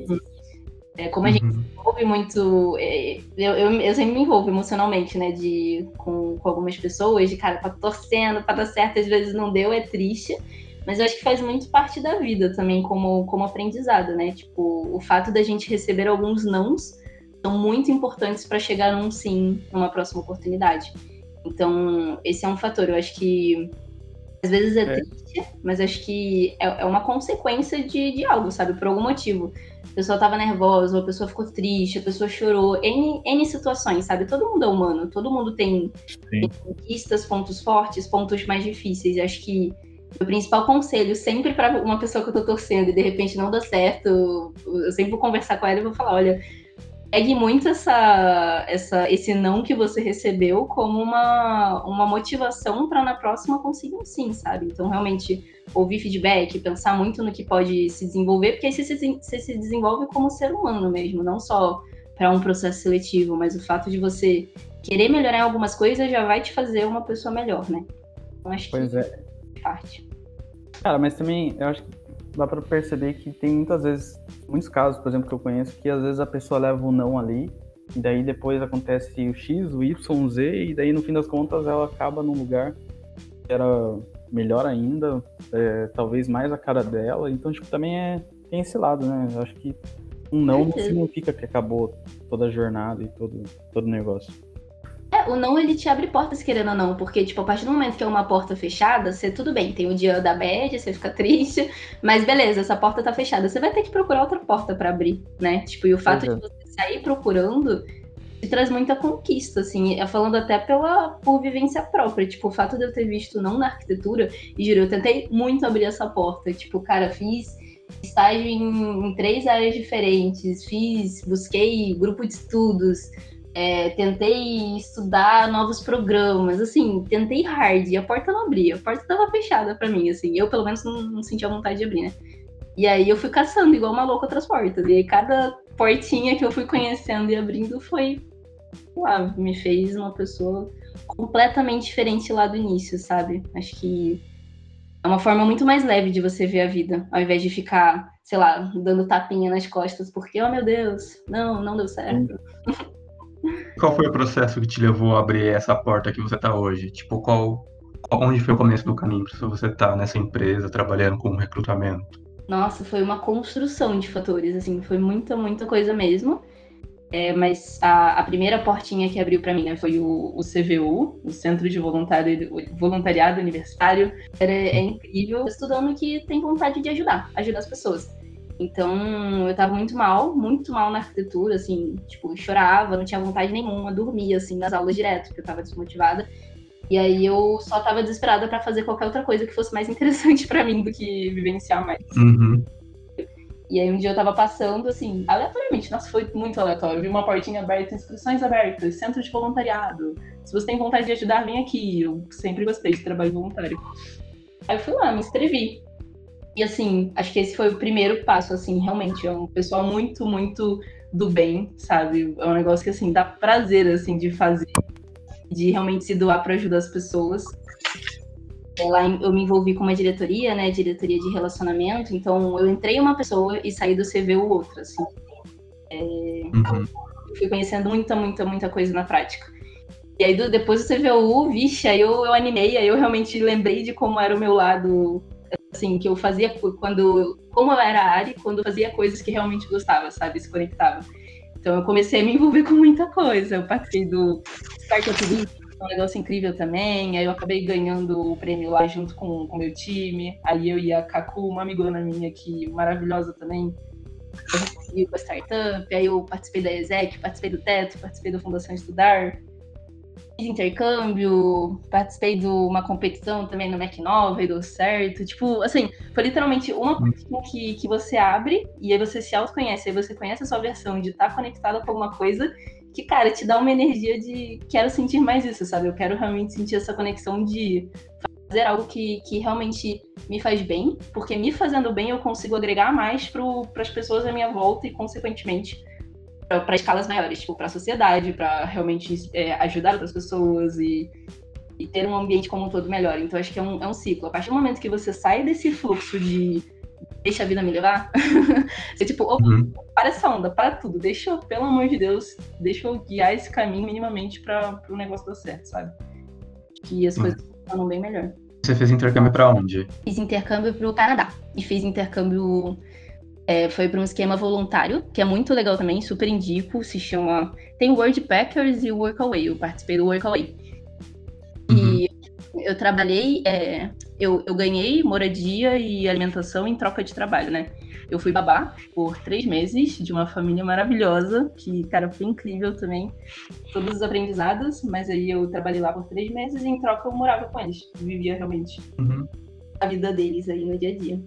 é, como a gente Uhum. se envolve muito... É, eu, eu, eu sempre me envolvo emocionalmente, né, de, com, com algumas pessoas, de, cara, tá torcendo pra dar certo, às vezes não deu, é triste, mas eu acho que faz muito parte da vida também, como, como aprendizado, né, tipo, o fato da gente receber alguns nãos são muito importantes para chegar num sim, numa próxima oportunidade. Então, esse é um fator. Eu acho que às vezes é, é. triste, mas acho que é, é uma consequência de, de algo, sabe? Por algum motivo. A pessoa estava nervosa, a pessoa ficou triste, a pessoa chorou. N, N situações, sabe? Todo mundo é humano, todo mundo tem, tem conquistas, pontos fortes, pontos mais difíceis. Eu acho que o principal conselho, sempre para uma pessoa que eu tô torcendo e de repente não dá certo, eu sempre vou conversar com ela e vou falar, olha, pegue muito essa, essa, esse não que você recebeu como uma, uma motivação para na próxima conseguir um sim, sabe? Então, realmente, ouvir feedback, pensar muito no que pode se desenvolver, porque aí você se, você se desenvolve como ser humano mesmo, não só para um processo seletivo, mas o fato de você querer melhorar em algumas coisas já vai te fazer uma pessoa melhor, né? Então, acho pois que é. é parte. Cara, mas também, eu acho que dá para perceber que tem muitas vezes, muitos casos, por exemplo, que eu conheço, que às vezes a pessoa leva o não ali, e daí depois acontece o X, o Y, o Z, e daí no fim das contas ela acaba num lugar que era melhor ainda, é, talvez mais a cara dela, então tipo, também é, tem esse lado, né? Eu acho que um não não significa que acabou toda a jornada e todo, todo o negócio. É, o não, ele te abre portas, querendo ou não, porque, tipo, a partir do momento que é uma porta fechada, você, tudo bem, tem o dia da bad, você fica triste, mas beleza, essa porta tá fechada, você vai ter que procurar outra porta pra abrir, né? Tipo, e o fato uhum. de você sair procurando te traz muita conquista, assim, falando até pela, por vivência própria, tipo, o fato de eu ter visto não na arquitetura, e juro, eu tentei muito abrir essa porta, tipo, cara, fiz estágio em, em três áreas diferentes, fiz, busquei grupo de estudos, É, tentei estudar novos programas, assim, tentei hard, e a porta não abria, a porta tava fechada pra mim, assim, eu pelo menos não, não sentia vontade de abrir, né? E aí eu fui caçando igual uma louca outras portas, e aí cada portinha que eu fui conhecendo e abrindo foi, lá, me fez uma pessoa completamente diferente lá do início, sabe? Acho que é uma forma muito mais leve de você ver a vida, ao invés de ficar, sei lá, dando tapinha nas costas, porque, oh meu Deus, não, não deu certo. Qual foi o processo que te levou a abrir essa porta que você está hoje? Tipo, qual, onde foi o começo do caminho para você estar nessa empresa, trabalhando com recrutamento? Nossa, foi uma construção de fatores, assim, foi muita, muita coisa mesmo. É, mas a, a primeira portinha que abriu para mim, né, foi o, o C V U, o Centro de Voluntário, Voluntariado Universitário. Era, é incrível, estudando que tem vontade de ajudar, ajudar as pessoas. Então, eu tava muito mal, muito mal na arquitetura, assim, tipo, chorava, não tinha vontade nenhuma, dormia, assim, nas aulas direto, porque eu tava desmotivada. E aí eu só tava desesperada pra fazer qualquer outra coisa que fosse mais interessante pra mim do que vivenciar mais. Uhum. E aí um dia eu tava passando, assim, aleatoriamente, nossa, foi muito aleatório. Eu vi uma portinha aberta, inscrições abertas, centro de voluntariado. Se você tem vontade de ajudar, vem aqui. Eu sempre gostei de trabalho voluntário. Aí eu fui lá, me inscrevi. E assim, acho que esse foi o primeiro passo, assim, realmente. É um pessoal muito, muito do bem, sabe? É um negócio que, assim, dá prazer, assim, de fazer. De realmente se doar para ajudar as pessoas. Lá eu me envolvi com uma diretoria, né, diretoria de relacionamento, então eu entrei uma pessoa e saí do C V o outro, assim. É... Uhum. Fui conhecendo muita, muita, muita coisa na prática. E aí depois do C V U, vixe, aí eu, eu animei, aí eu realmente lembrei de como era o meu lado, assim, que eu fazia quando, como eu era a Ari, quando eu fazia coisas que realmente gostava, sabe, se conectava. Então eu comecei a me envolver com muita coisa, eu participei do Startup Week, um negócio incrível também, aí eu acabei ganhando o prêmio lá junto com o meu time, aí eu e a Kaku, uma amigona minha aqui, maravilhosa também, a gente conseguiu com a startup, aí eu participei da Exec, participei do Teto, participei da Fundação Estudar, fiz intercâmbio, participei de uma competição também no Mac nove, deu certo, tipo, assim, foi literalmente uma coisinha que, que você abre, e aí você se autoconhece, aí você conhece a sua versão de estar conectada com alguma coisa, que, cara, te dá uma energia de quero sentir mais isso, sabe? Eu quero realmente sentir essa conexão de fazer algo que, que realmente me faz bem, porque me fazendo bem eu consigo agregar mais para as pessoas à minha volta e, consequentemente, para escalas maiores, tipo, para a sociedade, para realmente é, ajudar outras pessoas e, e ter um ambiente como um todo melhor. Então, acho que é um, é um ciclo. A partir do momento que você sai desse fluxo de deixa a vida me levar, você tipo, opa, uhum. para essa onda, para tudo, deixa eu, pelo amor de Deus, deixa eu guiar esse caminho minimamente para o negócio dar certo, sabe? Que as uhum. coisas funcionam bem melhor. Você fez intercâmbio para onde? Fiz intercâmbio para o Canadá e fiz intercâmbio, é, foi para um esquema voluntário, que é muito legal também, super indico, se chama, tem o Worldpackers e o Workaway, eu participei do Workaway. Uhum. E eu trabalhei, é, eu, eu ganhei moradia e alimentação em troca de trabalho, né? Eu fui babá por três meses de uma família maravilhosa, que, cara, foi incrível também, todos os aprendizados, mas aí eu trabalhei lá por três meses e em troca eu morava com eles, vivia realmente uhum. a vida deles aí no dia a dia.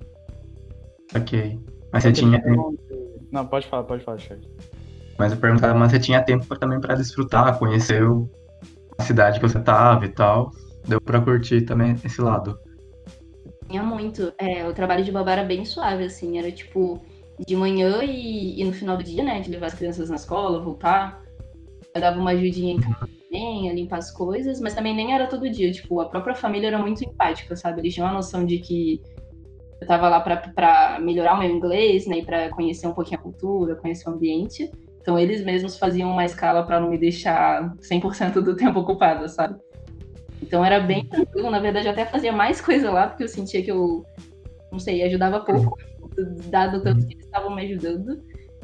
Ok, mas você tinha... Não, pode falar, pode falar, chefe. Mas eu perguntava, mas você tinha tempo pra, também para desfrutar, conhecer o, a cidade que você tava e tal... Deu pra curtir também esse lado. Tinha muito. É, o trabalho de babá era bem suave, assim. Era tipo de manhã e, e no final do dia, né? De levar as crianças na escola, voltar. Eu dava uma ajudinha em casa também, a limpar as coisas. Mas também nem era todo dia. Tipo, a própria família era muito empática, sabe? Eles tinham a noção de que eu tava lá pra, pra melhorar o meu inglês, né? E pra conhecer um pouquinho a cultura, conhecer o ambiente. Então eles mesmos faziam uma escala pra não me deixar cem por cento do tempo ocupada, sabe? Então era bem tranquilo, na verdade eu até fazia mais coisa lá, porque eu sentia que eu, não sei, ajudava pouco, dado o tanto que eles estavam me ajudando.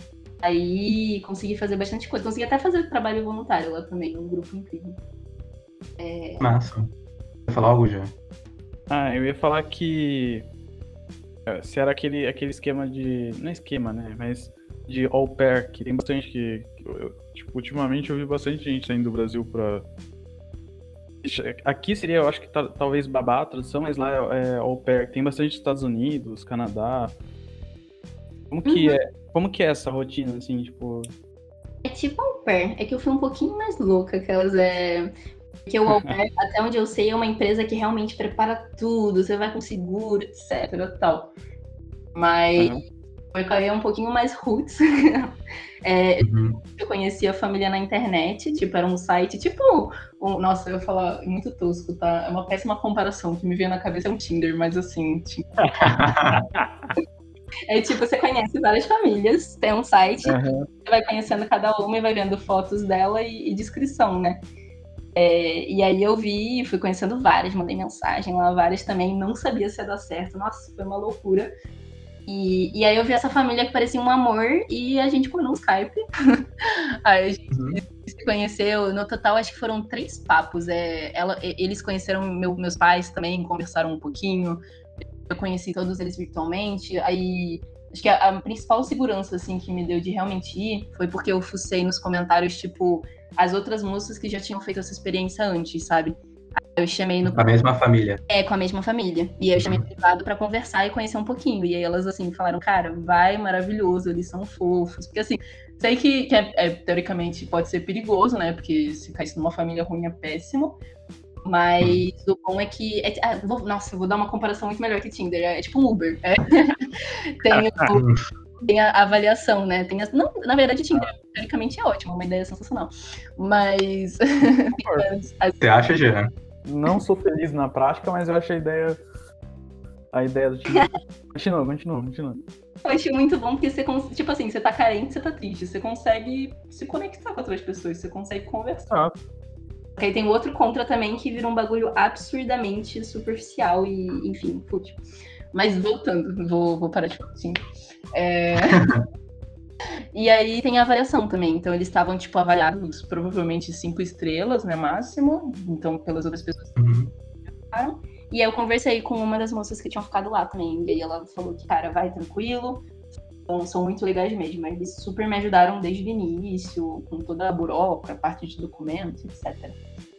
Aí consegui fazer bastante coisa, consegui até fazer trabalho voluntário lá também, um grupo incrível. É... Massa. Você falar algo já? Ah, eu ia falar que se era aquele, aquele esquema de, não é esquema, né, mas de au pair, que tem bastante que, que eu, tipo, ultimamente eu vi bastante gente saindo do Brasil pra... Aqui seria, eu acho que tá, talvez babá a tradução, mas lá é, é au pair. Tem bastante Estados Unidos, Canadá. Como que, uhum. é, como que é essa rotina, assim, tipo... É tipo au pair, é que eu fui um pouquinho mais louca, aquelas é... Porque o au pair, até onde eu sei, é uma empresa que realmente prepara tudo, você vai com seguro, etc, tal. Mas... Uhum. O Workaway é um pouquinho mais roots. é, uhum. Eu conheci a família na internet, tipo, era um site, tipo, um, nossa, eu ia falar muito tosco, tá? É uma péssima comparação, que me veio na cabeça é um Tinder, mas assim, tipo... é tipo, você conhece várias famílias, tem um site, uhum. Você vai conhecendo cada uma e vai vendo fotos dela e, e descrição, né? É, e aí eu vi, fui conhecendo várias, mandei mensagem lá, várias também, não sabia se ia dar certo, nossa, foi uma loucura. E, e aí eu vi essa família que parecia um amor e a gente foi no Skype. Aí a gente uhum. se conheceu, no total acho que foram três papos. É, ela, eles conheceram meu, meus pais também, conversaram um pouquinho. Eu conheci todos eles virtualmente. Aí acho que a, a principal segurança assim, que me deu de realmente ir foi porque eu fucei nos comentários, tipo, as outras moças que já tinham feito essa experiência antes, sabe? Eu chamei no... Com a mesma família. É, com a mesma família. E aí eu chamei no privado pra conversar e conhecer um pouquinho. E aí elas, assim, falaram, cara, vai, maravilhoso, eles são fofos. Porque, assim, sei que, que é, é, teoricamente pode ser perigoso, né? Porque se caísse numa família ruim é péssimo. Mas hum. o bom é que... É, ah, vou, nossa, eu vou dar uma comparação muito melhor que Tinder. É, é tipo um Uber. É. Tem o... Tem a avaliação, né? Tem as... Não, na verdade, Tinder, teoricamente, é ótimo, uma ideia sensacional. Mas... Você acha, Jean? Não sou feliz na prática, mas eu acho a ideia... A ideia do Tinder... Continua, continua, continua. Eu acho muito bom porque você, tipo assim, você tá carente, você tá triste. Você consegue se conectar com outras pessoas, você consegue conversar. Ah. Porque aí tem outro contra também, que vira um bagulho absurdamente superficial e, enfim, fútil. Mas voltando, vou, vou parar de falar assim. É... E aí tem a avaliação também. Então eles estavam, tipo, avaliados provavelmente cinco estrelas, né, máximo. Então, pelas outras pessoas que uhum. ficaram. E aí eu conversei com uma das moças que tinham ficado lá também. E aí ela falou que, cara, vai tranquilo. Então, são muito legais mesmo. Eles super me ajudaram desde o início, com toda a burocracia, a parte de documentos, etcétera.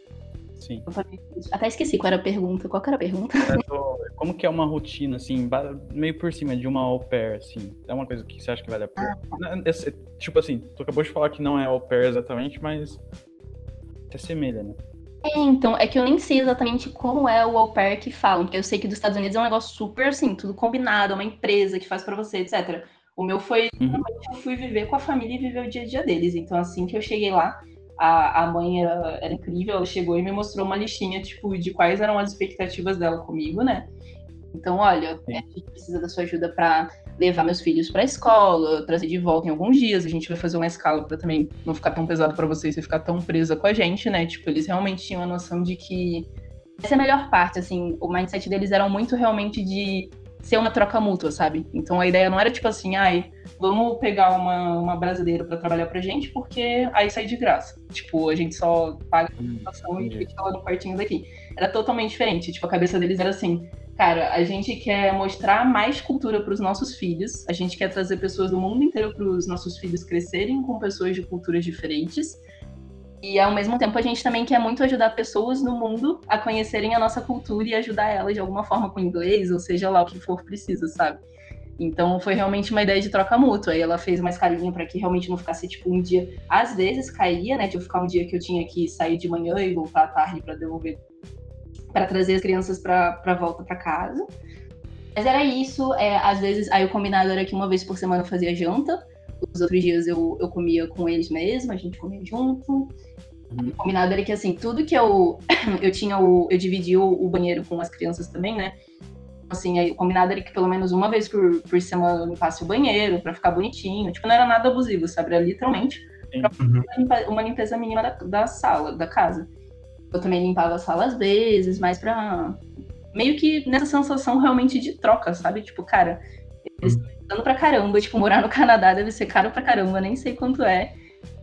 Sim. Eu falei, até esqueci qual era a pergunta. Qual que era a pergunta? Como que é uma rotina, assim, meio por cima de uma au pair, assim? É uma coisa que você acha que vale a pena? Ah. Esse, tipo assim, tu acabou de falar que não é au pair exatamente, mas se assemelha, né? É, então, é que eu nem sei exatamente como é o au pair que falam, porque eu sei que dos Estados Unidos é um negócio super, assim, tudo combinado, é uma empresa que faz pra você, etcétera. O meu foi, uhum. eu fui viver com a família e viver o dia a dia deles. Então, assim que eu cheguei lá, a, a mãe era, era incrível, ela chegou e me mostrou uma listinha, tipo, de quais eram as expectativas dela comigo, né? Então, olha, a gente precisa da sua ajuda pra levar meus filhos pra escola, trazer de volta em alguns dias. A gente vai fazer uma escala pra também não ficar tão pesado pra vocês e ficar tão presa com a gente, né? Tipo, eles realmente tinham a noção de que essa é a melhor parte, assim, o mindset deles era muito realmente de ser uma troca mútua, sabe? Então a ideia não era tipo assim, ai, vamos pegar uma, uma brasileira pra trabalhar pra gente, porque aí sai de graça. Tipo, a gente só paga a situação e fica lá no quartinho daqui. Era totalmente diferente. Tipo, a cabeça deles era assim, cara, a gente quer mostrar mais cultura pros nossos filhos, a gente quer trazer pessoas do mundo inteiro pros nossos filhos crescerem com pessoas de culturas diferentes. E, ao mesmo tempo, a gente também quer muito ajudar pessoas no mundo a conhecerem a nossa cultura e ajudar elas de alguma forma com inglês, ou seja lá o que for preciso, sabe? Então, foi realmente uma ideia de troca mútua. Aí ela fez uma escalinha para que realmente não ficasse, tipo, um dia... Às vezes caía, né? De eu ficar um dia que eu tinha que sair de manhã e voltar à tarde para devolver... para trazer as crianças para volta para casa. Mas era isso. É, às vezes, aí o combinado era que uma vez por semana eu fazia janta. Os outros dias eu, eu comia com eles mesmo, a gente comia junto. Uhum. O combinado era que, assim, tudo que eu... eu tinha o... Eu dividi o, o banheiro com as crianças também, né? Assim, aí, o combinado era que pelo menos uma vez por, por semana eu limpasse o banheiro pra ficar bonitinho. Tipo, não era nada abusivo, sabe? Era literalmente pra uhum. uma, uma limpeza mínima da, da sala, da casa. Eu também limpava a sala às vezes, mas pra... Meio que nessa sensação realmente de troca, sabe? Tipo, cara, eles estão dando pra caramba. Tipo, morar no Canadá deve ser caro pra caramba, nem sei quanto é.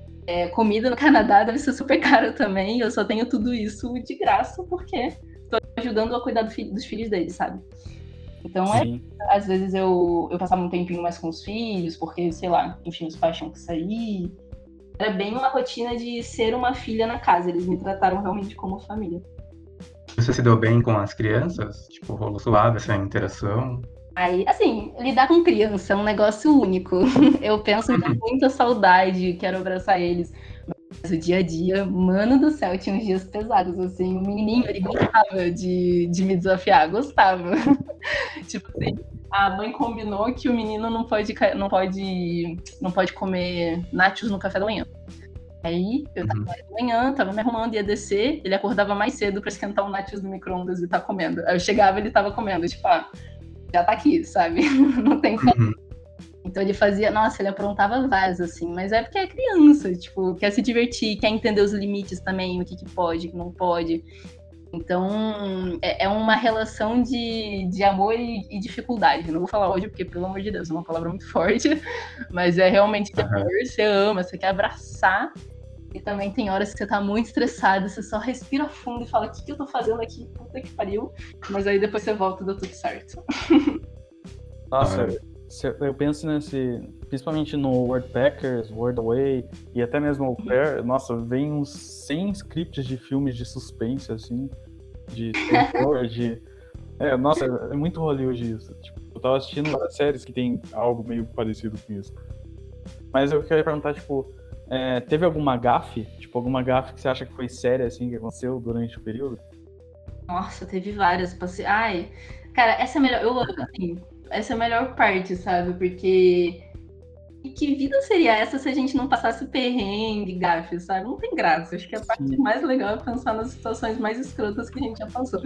É, comida no Canadá deve ser super caro também. Eu só tenho tudo isso de graça porque estou ajudando a cuidar do fi- dos filhos deles, sabe? Então, é, às vezes eu, eu passava um tempinho mais com os filhos, porque, sei lá, enfim, os pais tinham que sair. Era bem uma rotina de ser uma filha na casa. Eles me trataram realmente como família. Você se deu bem com as crianças? Tipo, rolou suave essa interação? Aí, assim, lidar com criança é um negócio único. Eu penso com muita saudade, quero abraçar eles. Mas o dia a dia, mano do céu, tinha uns dias pesados, assim. O menininho, ele gostava de, de me desafiar, gostava. Tipo assim, a mãe combinou que o menino não pode, não pode, não pode comer nachos no café da manhã. Aí, eu tava lá de manhã, tava me arrumando, ia descer, ele acordava mais cedo pra esquentar o nachos no micro-ondas e tá comendo. Aí eu chegava e ele tava comendo, tipo, ah, já tá aqui, sabe? Não tem como. Uhum. Então ele fazia, nossa, ele aprontava vários, assim, mas é porque é criança, tipo, quer se divertir, quer entender os limites também, o que que pode, o que não pode. Então, é, é uma relação de, de amor e, e dificuldade. Eu não vou falar ódio, porque, pelo amor de Deus, é uma palavra muito forte, mas é realmente depois, uhum. Você ama, você quer abraçar, e também tem horas que você tá muito estressado, você só respira fundo e fala, o que que eu tô fazendo aqui? Puta que pariu. Mas aí depois você volta e dá tudo certo. Nossa, eu penso nesse, principalmente no Worldpackers, Worldaway e até mesmo Au Pair, nossa, vem uns cem scripts de filmes de suspense, assim, de terror, de... É, nossa, é muito Hollywood isso. Tipo, eu tava assistindo várias séries que tem algo meio parecido com isso. Mas eu queria perguntar, tipo, é, teve alguma gafe? Tipo, alguma gafe que você acha que foi séria, assim, que aconteceu durante o período? Nossa, teve várias. Passei... Ai, cara, essa é a melhor. Eu amo, assim, essa é a melhor parte, sabe? Porque. E que vida seria essa se a gente não passasse perrengue, gafe, sabe? Não tem graça. Acho que a parte Sim. mais legal é pensar nas situações mais escrotas que a gente já passou.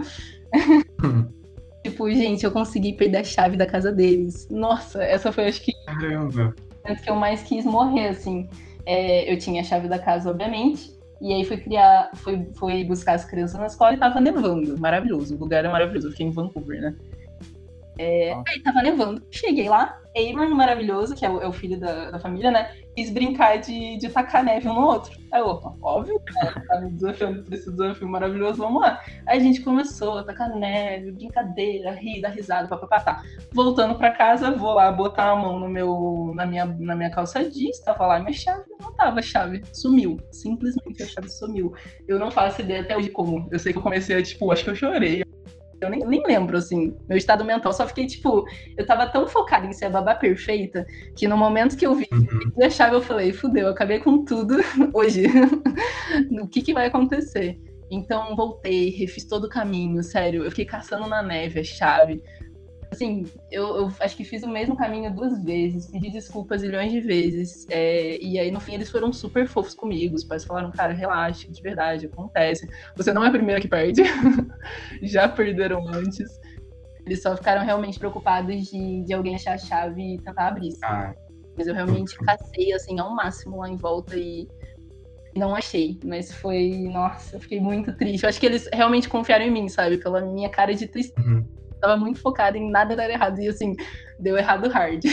Tipo, gente, eu consegui perder a chave da casa deles. Nossa, essa foi, acho que, Caramba. o momento que eu mais quis morrer, assim. É, eu tinha a chave da casa, obviamente. E aí fui criar, fui, fui buscar as crianças na escola e tava nevando. Maravilhoso, o lugar é maravilhoso. Eu fiquei em Vancouver, né? É, aí tava nevando. Cheguei lá, Eamon, maravilhoso, que é o, é o filho da, da família, né? Quis brincar de, de tacar neve um no outro. Aí eu, opa, óbvio, cara, tá me desafiando pra esse desafio maravilhoso, vamos lá. Aí a gente começou a tacar neve, brincadeira, rir, dar risada, papapá, tá. Voltando pra casa, vou lá botar a mão no meu, na, minha, na minha calça jeans, tava lá minha chave, não tava a chave, sumiu. Simplesmente a chave sumiu. Eu não faço ideia até hoje como. Eu sei que eu comecei a, tipo, acho que eu chorei. Eu nem, nem lembro, assim, meu estado mental. Só fiquei, tipo, eu tava tão focada em ser a babá perfeita, que no momento que eu vi Uhum. a chave, eu falei, fudeu, eu acabei com tudo hoje. O que que vai acontecer? Então, voltei, refiz todo o caminho, sério. Eu fiquei caçando na neve a chave. Assim, eu, eu acho que fiz o mesmo caminho duas vezes, pedi desculpas milhões de vezes. É, e aí, no fim, eles foram super fofos comigo. Os pais falaram, cara, relaxa, de verdade, acontece. Você não é a primeira que perde. Já perderam antes. Eles só ficaram realmente preocupados de, de alguém achar a chave e tentar abrir. Ah, Mas eu realmente cacei, assim, ao máximo lá em volta e não achei. Mas foi, nossa, eu fiquei muito triste. Eu acho que eles realmente confiaram em mim, sabe? Pela minha cara de tristeza. uhum. Tava muito focada em nada dar errado. E assim, deu errado hard.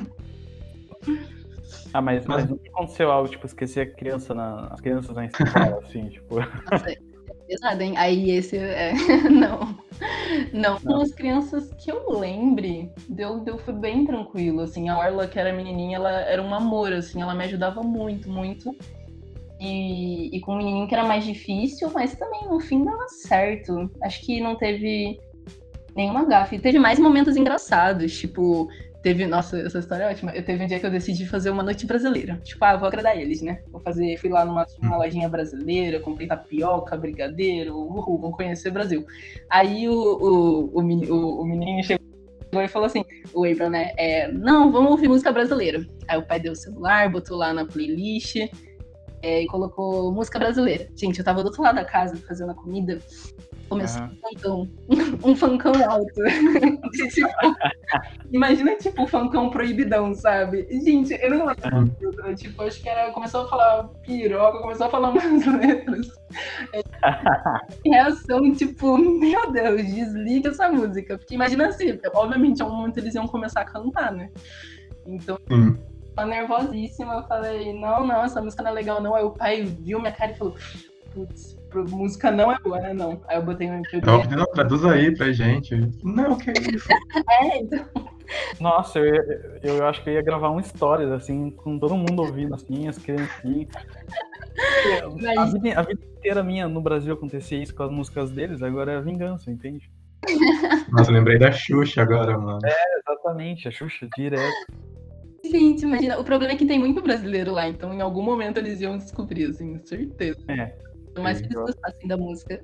Ah, mas, Mas- mas não aconteceu algo, tipo, esquecer a criança na, as crianças na escola, assim, tipo... Nossa, é pesado, hein? Aí esse é. Não. Não, com Não. as crianças que eu lembre, deu, deu foi bem tranquilo, assim. A Orla, que era menininha, ela era um amor, assim. Ela me ajudava muito, muito. E, e com o menininho que era mais difícil, mas também no fim dava certo. Acho que não teve nenhuma gafe. Teve mais momentos engraçados, tipo, teve, nossa, essa história é ótima. Eu teve um dia que eu decidi fazer uma noite brasileira. Tipo, ah, vou agradar eles, né? Vou fazer, fui lá numa uma lojinha brasileira, comprei tapioca, brigadeiro, uhul, vamos conhecer o Brasil. Aí o, o, o, meni- o, o menino chegou e falou assim, o Abram, né? É, não, vamos ouvir música brasileira. Aí o pai deu o celular, botou lá na playlist é, e colocou música brasileira. Gente, eu tava do outro lado da casa fazendo a comida. Começou Aham. um funkão, um funkão alto. E, tipo, imagina, tipo, o funkão proibidão, sabe? Gente, eu não lembro. Eu, tipo, acho que era. Começou a falar piroca, começou a falar umas letras. É, reação, tipo, meu Deus, desliga essa música. Porque imagina assim, obviamente, em algum momento eles iam começar a cantar, né? Então, Sim. eu tava nervosíssima. Eu falei, não, não, essa música não é legal, não. Aí o pai viu minha cara e falou, putz, música não é boa, né? Não. Aí eu botei um M P B. Eu pedi, não, traduz aí pra gente. Não, que isso? É, então. Nossa, eu, ia- eu acho que eu ia gravar um stories, assim, com todo mundo ouvindo, assim, as criancinhas. A vida, a vida inteira minha no Brasil acontecia isso com as músicas deles, agora é a vingança, entende? Nossa, eu lembrei da Xuxa agora, mano. Exatamente, a Xuxa, direto. Gente, imagina. O problema é que tem muito brasileiro lá, então em algum momento eles iam descobrir, assim, certeza. É. Por mais que eles eu- gostassem da música.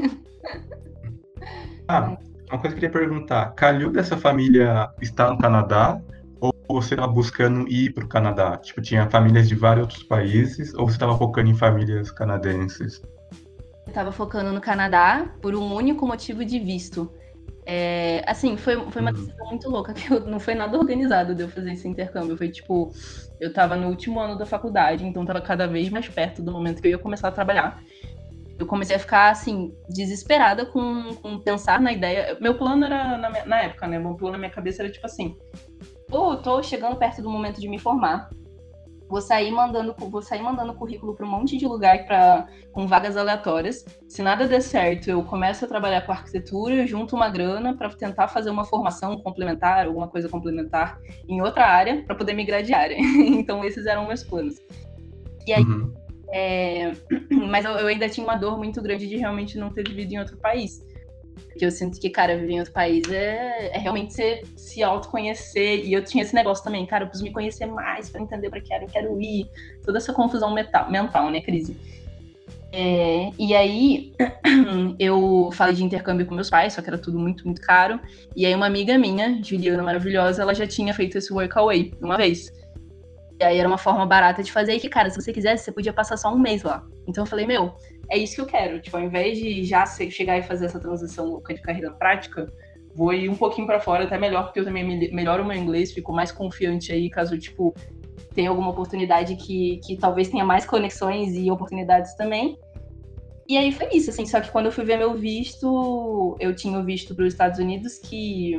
Ah, uma coisa que eu queria perguntar. Calhou dessa família estar no Canadá? Ou você estava buscando ir para o Canadá? Tipo, tinha famílias de vários outros países? Ou você estava focando em famílias canadenses? Eu tava focando no Canadá por um único motivo de visto. É, assim, foi, foi uma Uhum. decisão muito louca, que eu, não foi nada organizado de eu fazer esse intercâmbio. Foi tipo, eu tava no último ano da faculdade, então tava cada vez mais perto do momento que eu ia começar a trabalhar. Eu comecei a ficar, assim, desesperada com, com pensar na ideia. Meu plano era, na, minha- na época, né? Meu plano na minha cabeça era tipo assim: pô, tô chegando perto do momento de me formar. Vou sair mandando, vou sair mandando currículo para um monte de lugar pra, com vagas aleatórias. Se nada der certo, eu começo a trabalhar com arquitetura, junto uma grana para tentar fazer uma formação complementar, alguma coisa complementar em outra área, para poder migrar de área. Então, esses eram meus planos. E aí, Uhum. é, mas eu, eu ainda tinha uma dor muito grande de realmente não ter vivido em outro país. Porque eu sinto que, cara, viver em outro país é, é realmente você se autoconhecer. E eu tinha esse negócio também, cara, eu preciso me conhecer mais pra entender pra que área eu quero ir. Toda essa confusão mental, mental né, Crise? É, e aí, eu falei de intercâmbio com meus pais, só que era tudo muito, muito caro. E aí uma amiga minha, Juliana maravilhosa, ela já tinha feito esse workaway uma vez. E aí era uma forma barata de fazer, e que, cara, se você quisesse, você podia passar só um mês lá. Então eu falei, meu, é isso que eu quero. Tipo, ao invés de já chegar e fazer essa transição louca de carreira prática, vou ir um pouquinho pra fora, até melhor, porque eu também melhoro o meu inglês, fico mais confiante aí, caso, tipo, tenha alguma oportunidade que, que talvez tenha mais conexões e oportunidades também. E aí foi isso, assim, só que quando eu fui ver meu visto, eu tinha o visto para os Estados Unidos que...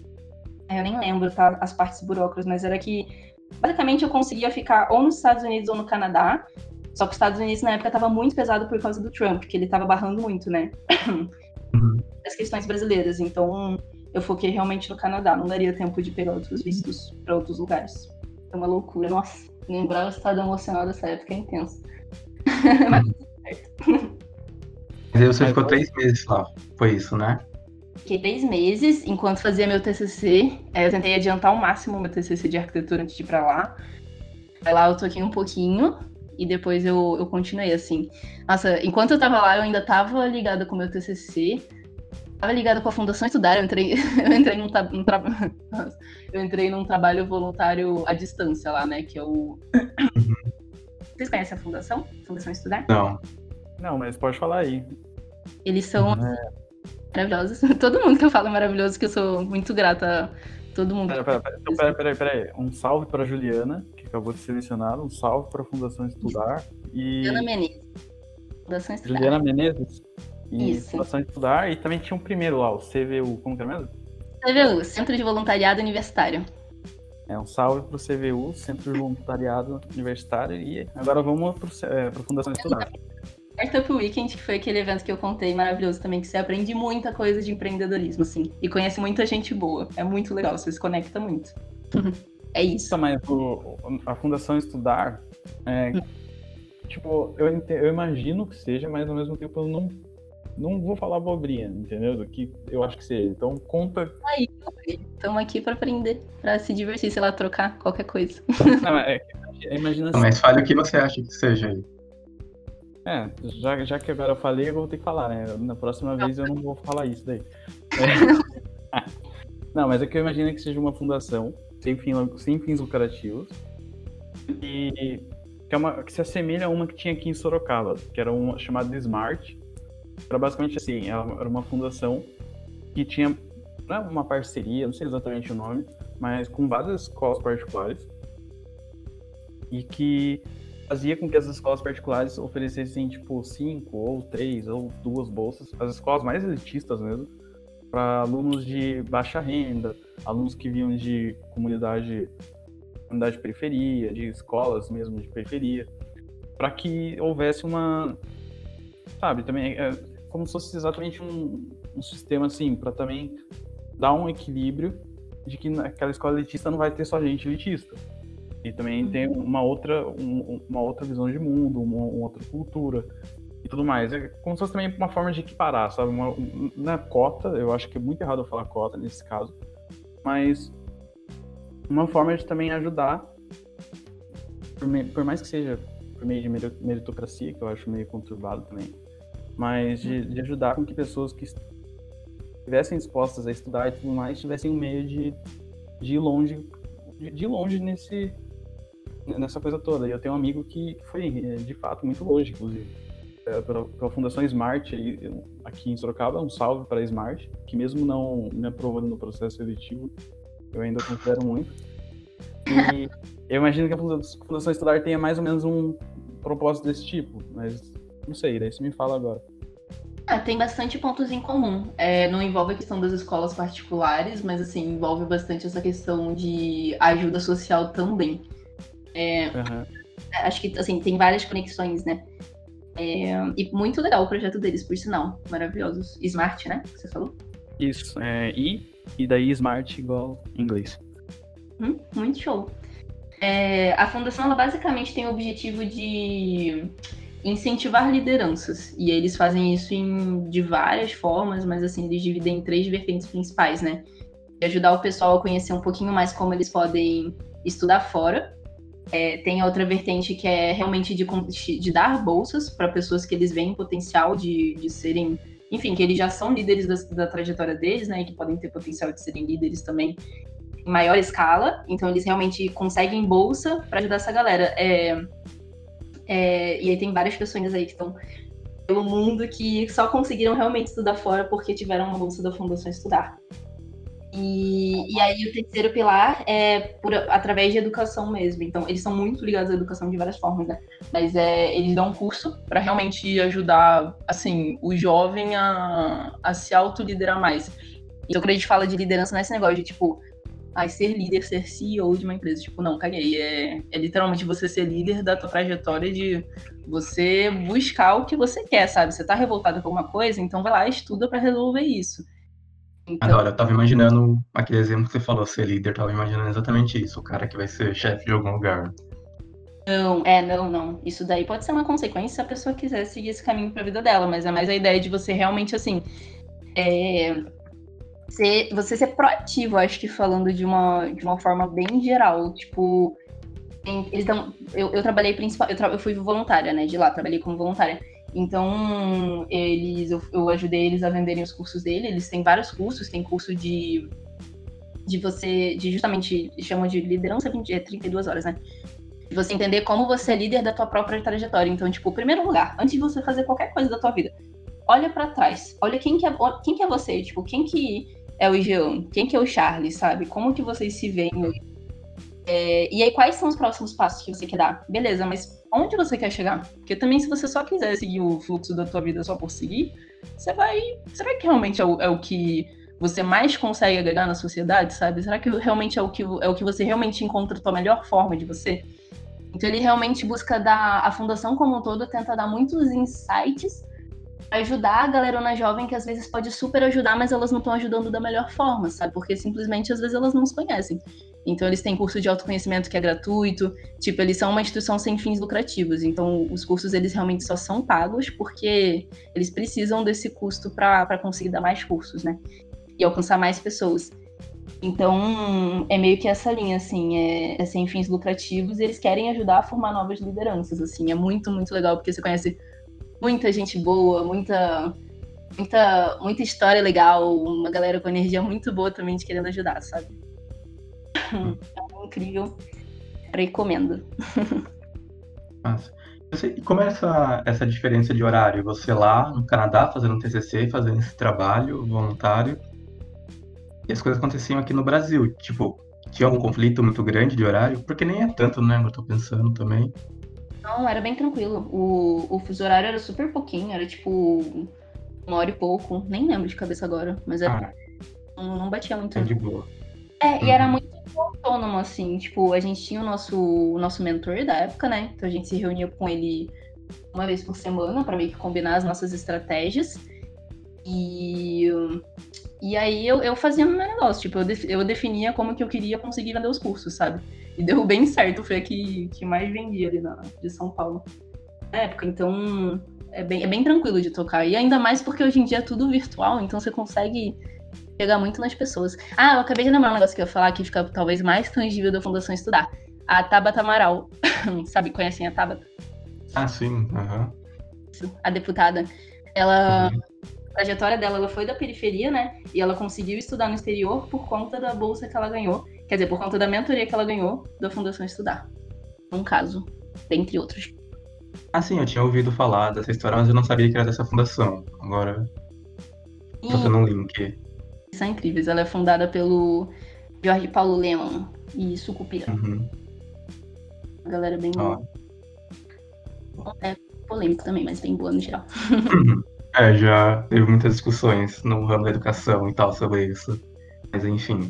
Eu nem lembro, tá, as partes burocratas, mas era que basicamente eu conseguia ficar ou nos Estados Unidos ou no Canadá, só que os Estados Unidos na época tava muito pesado por causa do Trump, que ele tava barrando muito, né? Uhum. As questões brasileiras, então eu foquei realmente no Canadá, não daria tempo de pegar outros vistos para outros lugares. É uma loucura, nossa, lembrar o estado emocional dessa época é intenso. Mas tudo certo. Mas aí você ficou três meses lá, foi isso, né? Fiquei três meses, enquanto fazia meu T C C. Eu tentei adiantar ao máximo meu T C C de arquitetura antes de ir pra lá. Aí lá eu toquei um pouquinho e depois eu, eu continuei, assim. Nossa, enquanto eu tava lá, eu ainda tava ligada com o meu T C C. Tava ligada com a Fundação Estudar. Eu entrei, eu entrei num, num trabalho... Eu entrei num trabalho voluntário à distância lá, né? Que é o... Vocês conhecem a Fundação? Fundação Estudar? Não. Não, mas pode falar aí. Eles são É. maravilhosos. Todo mundo que eu falo é maravilhoso, que eu sou muito grata a todo mundo. Pera, pera, pera, então, pera, pera, pera aí. Um salve para Juliana, que acabou de ser selecionada. Um salve para a Fundação Estudar. E... Juliana Menezes. Fundação Estudar. Juliana Menezes. E Isso. Fundação Estudar. E também tinha um primeiro lá, o C V U. Como que é mesmo? C V U, Centro de Voluntariado Universitário. É, um salve pro C V U, Centro de Voluntariado Universitário. E agora vamos pro, é, pro Fundação Estudar. Startup Weekend, que foi aquele evento que eu contei, maravilhoso também, que você aprende muita coisa de empreendedorismo, assim. E conhece muita gente boa. É muito legal, você se conecta muito. É isso. Tá, mas o, a Fundação Estudar, é, tipo, eu, ent- eu imagino que seja, mas ao mesmo tempo eu não, não vou falar abobrinha, entendeu? Do que eu acho que seja. Então conta. Aí, estamos aqui pra aprender, pra se divertir, sei lá, trocar qualquer coisa. Não, é, é, imagina assim. Mas fale o que você acha que seja aí. É, já, já que agora eu falei, eu vou ter que falar, né? Na próxima vez eu não vou falar isso daí. É. Não, mas é que eu imagino que seja uma fundação sem, fim, sem fins lucrativos e que, é uma, que se assemelha a uma que tinha aqui em Sorocaba, que era uma chamada Smart. Era basicamente assim, ela era uma fundação que tinha, não é uma parceria, não sei exatamente o nome, mas com várias escolas particulares e que fazia com que as escolas particulares oferecessem, tipo, cinco, ou três, ou duas bolsas, as escolas mais elitistas mesmo, para alunos de baixa renda, alunos que vinham de comunidade, comunidade de periferia, de escolas mesmo de periferia, para que houvesse uma, sabe, também, é como se fosse exatamente um, um sistema assim, para também dar um equilíbrio de que naquela escola elitista não vai ter só gente elitista. E também tem uma outra, um, uma outra visão de mundo, uma, uma outra cultura e tudo mais. É como se fosse também uma forma de equiparar, sabe? Uma, na cota, eu acho que é muito errado eu falar cota nesse caso, mas uma forma de também ajudar, por, me, por mais que seja por meio de meritocracia, que eu acho meio conturbado também, mas de, de ajudar com que pessoas que estivessem dispostas a estudar e tudo mais tivessem um meio de, de ir longe, de, de ir longe nesse... nessa coisa toda. E eu tenho um amigo que foi, de fato, muito longe, inclusive. É, pela, pela Fundação Smart, aí, aqui em Sorocaba, um salve para a Smart, que mesmo não me aprovando no processo seletivo, eu ainda considero muito. E eu imagino que a Fundação Estudar tenha mais ou menos um propósito desse tipo, mas não sei, daí você me fala agora. Ah, tem bastante pontos em comum. É, não envolve a questão das escolas particulares, mas assim, envolve bastante essa questão de ajuda social também. É, uhum. Acho que assim, tem várias conexões, né? É, e muito legal o projeto deles, por sinal. Maravilhosos. Smart, né? Que você falou? Isso, é I, e daí Smart igual em inglês. Hum, muito show. É, a fundação, ela basicamente tem o objetivo de incentivar lideranças. E eles fazem isso em, de várias formas, mas assim, eles dividem em três vertentes principais, né? De ajudar o pessoal a conhecer um pouquinho mais como eles podem estudar fora. É, tem a outra vertente que é realmente de, de dar bolsas para pessoas que eles veem potencial de, de serem, enfim, que eles já são líderes da, da trajetória deles, né, e que podem ter potencial de serem líderes também em maior escala. Então eles realmente conseguem bolsa para ajudar essa galera. É, é, e aí tem várias pessoas aí que estão pelo mundo que só conseguiram realmente estudar fora porque tiveram uma bolsa da Fundação Estudar. E, e aí o terceiro pilar é por, através de educação mesmo. Então, eles são muito ligados à educação de várias formas, né? Mas é, eles dão um curso para realmente ajudar, assim, o jovem a, a se autoliderar mais. Então, quando a gente fala de liderança, não é esse negócio de, tipo, ah, ser líder, ser C E O de uma empresa. Tipo, não, caguei. É, é literalmente você ser líder da tua trajetória de você buscar o que você quer, sabe? Você tá revoltado com alguma coisa, então vai lá e estuda para resolver isso. Então... Agora, eu tava imaginando aquele exemplo que você falou, ser líder, tava imaginando exatamente isso, o cara que vai ser chefe de algum lugar. Não, é, não, não. Isso daí pode ser uma consequência se a pessoa quiser seguir esse caminho pra vida dela, mas é mais a ideia de você realmente, assim, é, ser, você ser proativo, acho que falando de uma, de uma forma bem geral, tipo, em, eles dão, eu, eu trabalhei principal, eu, tra, eu fui voluntária, né, de lá, trabalhei como voluntária. Então, eles, eu, eu ajudei eles a venderem os cursos dele. Eles têm vários cursos. Tem curso de, de você, de justamente, chamam de liderança vinte, é, trinta e duas horas, né? De você entender como você é líder da tua própria trajetória. Então, tipo, primeiro lugar, antes de você fazer qualquer coisa da tua vida, olha pra trás. Olha quem que é, quem que é você. Tipo, quem que é o Jean? Quem que é o Charles, sabe? Como que vocês se veem hoje? É, e aí, quais são os próximos passos que você quer dar? Beleza, mas onde você quer chegar? Porque também, se você só quiser seguir o fluxo da tua vida só por seguir, você vai... Será que realmente é o, é o que você mais consegue agregar na sociedade, sabe? Será que realmente é o que, é o que você realmente encontra a tua melhor forma de você? Então, ele realmente busca dar... A fundação como um todo tenta dar muitos insights pra ajudar a galerona jovem que às vezes pode super ajudar, mas elas não estão ajudando da melhor forma, sabe? Porque simplesmente, às vezes, elas não se conhecem. Então, eles têm curso de autoconhecimento que é gratuito. Tipo, eles são uma instituição sem fins lucrativos. Então, os cursos, eles realmente só são pagos porque eles precisam desse custo para conseguir dar mais cursos, né? E alcançar mais pessoas. Então, é meio que essa linha, assim, é, é sem fins lucrativos e eles querem ajudar a formar novas lideranças, assim. É muito, muito legal, porque você conhece muita gente boa, muita, muita, muita história legal, uma galera com energia muito boa também de querendo ajudar, sabe? É incrível. Recomendo. Nossa. E como é essa, essa diferença de horário? Você lá no Canadá fazendo um T C C, fazendo esse trabalho voluntário, e as coisas aconteciam aqui no Brasil. Tipo, tinha algum conflito muito grande de horário? Porque nem é tanto, né? Eu tô pensando também. Não, era bem tranquilo. O, o fuso horário era super pouquinho, era tipo uma hora e pouco. Nem lembro de cabeça agora, mas era, ah, não, não batia muito. É de boa. É, e era muito autônomo, assim, tipo, a gente tinha o nosso, o nosso mentor da época, né? Então a gente se reunia com ele uma vez por semana pra meio que combinar as nossas estratégias. E, e aí eu, eu fazia o meu negócio, tipo, eu, def, eu definia como que eu queria conseguir vender os cursos, sabe? E deu bem certo, foi a que, que mais vendia ali na, de São Paulo na época. Então é bem, é bem tranquilo de tocar. E ainda mais porque hoje em dia é tudo virtual, então você consegue chegar muito nas pessoas. Ah, eu acabei de lembrar um negócio que eu ia falar que fica talvez mais tangível da Fundação Estudar. A Tabata Amaral. Sabe, conhecem a Tabata? Ah, sim. Uhum. A deputada. Ela... Uhum. A trajetória dela, ela foi da periferia, né? E ela conseguiu estudar no exterior por conta da bolsa que ela ganhou. Quer dizer, por conta da mentoria que ela ganhou da Fundação Estudar. Um caso, dentre outros. Ah, sim, eu tinha ouvido falar dessa história, mas eu não sabia que era dessa fundação. Agora, tô fazendo um link. São incríveis. Ela é fundada pelo Jorge Paulo Lemann e Sucupira. Uhum. A galera bem boa. Oh. É polêmico também, mas bem boa no geral. Uhum. É, já teve muitas discussões no ramo da educação e tal sobre isso. Mas enfim.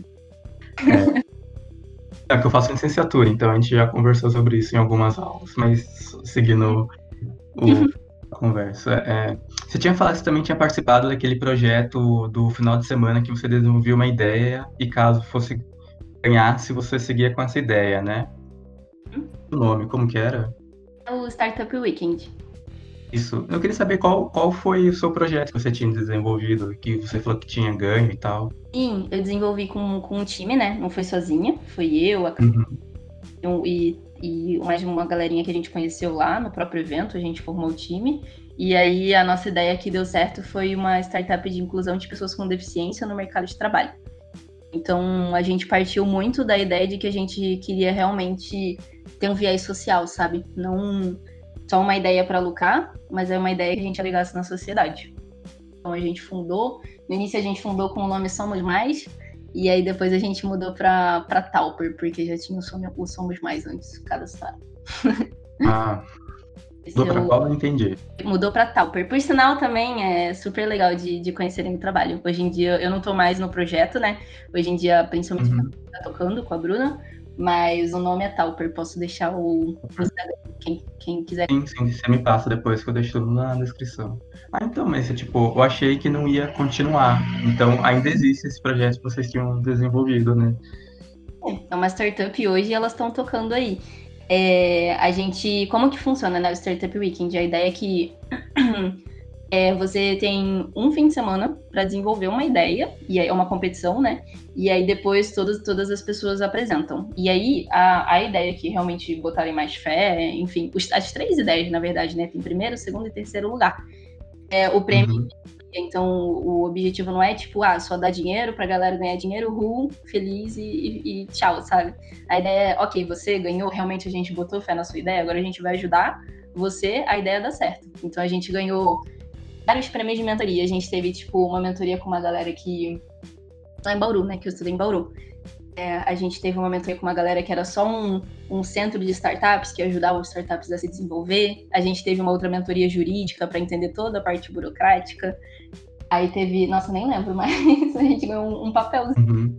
É, é que eu faço licenciatura, então a gente já conversou sobre isso em algumas aulas, mas seguindo o a conversa. É, você tinha falado que você também tinha participado daquele projeto do final de semana que você desenvolveu uma ideia e caso fosse ganhar, se você seguia com essa ideia, né? O nome, como que era? O Startup Weekend. Isso. Eu queria saber qual, qual foi o seu projeto que você tinha desenvolvido, que você falou que tinha ganho e tal. Sim, eu desenvolvi com, com um time, né? Não foi sozinha, foi eu, a Uhum. e, e mais uma galerinha que a gente conheceu lá no próprio evento, a gente formou o time. E aí a nossa ideia que deu certo foi uma startup de inclusão de pessoas com deficiência no mercado de trabalho. Então a gente partiu muito da ideia de que a gente queria realmente ter um viés social, sabe? Não só uma ideia para lucrar, mas é uma ideia que a gente agregasse na sociedade. Então a gente fundou, no início a gente fundou com o nome Somos Mais, e aí depois a gente mudou para Talper, porque já tinha o Somos, o Somos Mais antes cadastrado. Ah, Esse mudou é pra o, qual? Eu não entendi. mudou para Talper. Por sinal, também é super legal de, de conhecerem o trabalho. Hoje em dia eu não tô mais no projeto, né? Hoje em dia, principalmente, Uhum. tá tocando com a Bruna, mas o nome é Talper. Posso deixar o, o Instagram, quem, quem quiser. Sim, sim, você me passa depois que eu deixo tudo na descrição. Ah, então, mas tipo, eu achei que não ia continuar. Então, ainda existe esse projeto que vocês tinham desenvolvido, né? É uma startup e hoje elas estão tocando aí. É, a gente, como que funciona, né, o Startup Weekend? A ideia é que é, você tem um fim de semana para desenvolver uma ideia, e aí é uma competição, né? E aí depois todas, todas as pessoas apresentam. E aí a, a ideia que realmente botarem mais fé, enfim, os, as três ideias, na verdade, né? Tem primeiro, segundo e terceiro lugar. É, o prêmio, Uhum. então o objetivo não é tipo, ah, só dar dinheiro pra galera ganhar dinheiro, ru, feliz e, e, e tchau, sabe? A ideia é, ok, você ganhou, realmente a gente botou fé na sua ideia, agora a gente vai ajudar você a ideia dar certo. Então a gente ganhou vários prêmios de mentoria. A gente teve, tipo, uma mentoria com uma galera que... lá em Bauru, né? Que eu estudei em Bauru. É, a gente teve uma mentoria com uma galera que era só um, um centro de startups, que ajudava os startups a se desenvolver. A gente teve uma outra mentoria jurídica para entender toda a parte burocrática. Aí teve... Nossa, nem lembro, mas a gente ganhou um, um papelzinho. Uhum.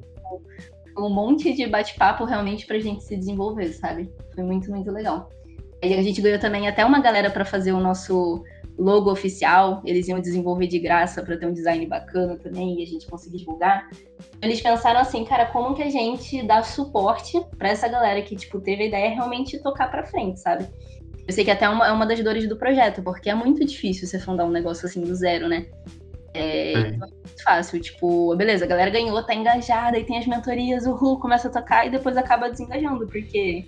Um monte de bate-papo realmente pra gente se desenvolver, sabe? Foi muito, muito legal. Aí a gente ganhou também até uma galera para fazer o nosso logo oficial, eles iam desenvolver de graça para ter um design bacana também e a gente conseguir divulgar. Eles pensaram assim, cara, como que a gente dá suporte para essa galera que, tipo, teve a ideia realmente tocar para frente, sabe? Eu sei que até é uma, é uma das dores do projeto, porque é muito difícil você fundar um negócio assim do zero, né? É, É. então é muito fácil, tipo, beleza, a galera ganhou, tá engajada, e tem as mentorias, uhul, começa a tocar e depois acaba desengajando, porque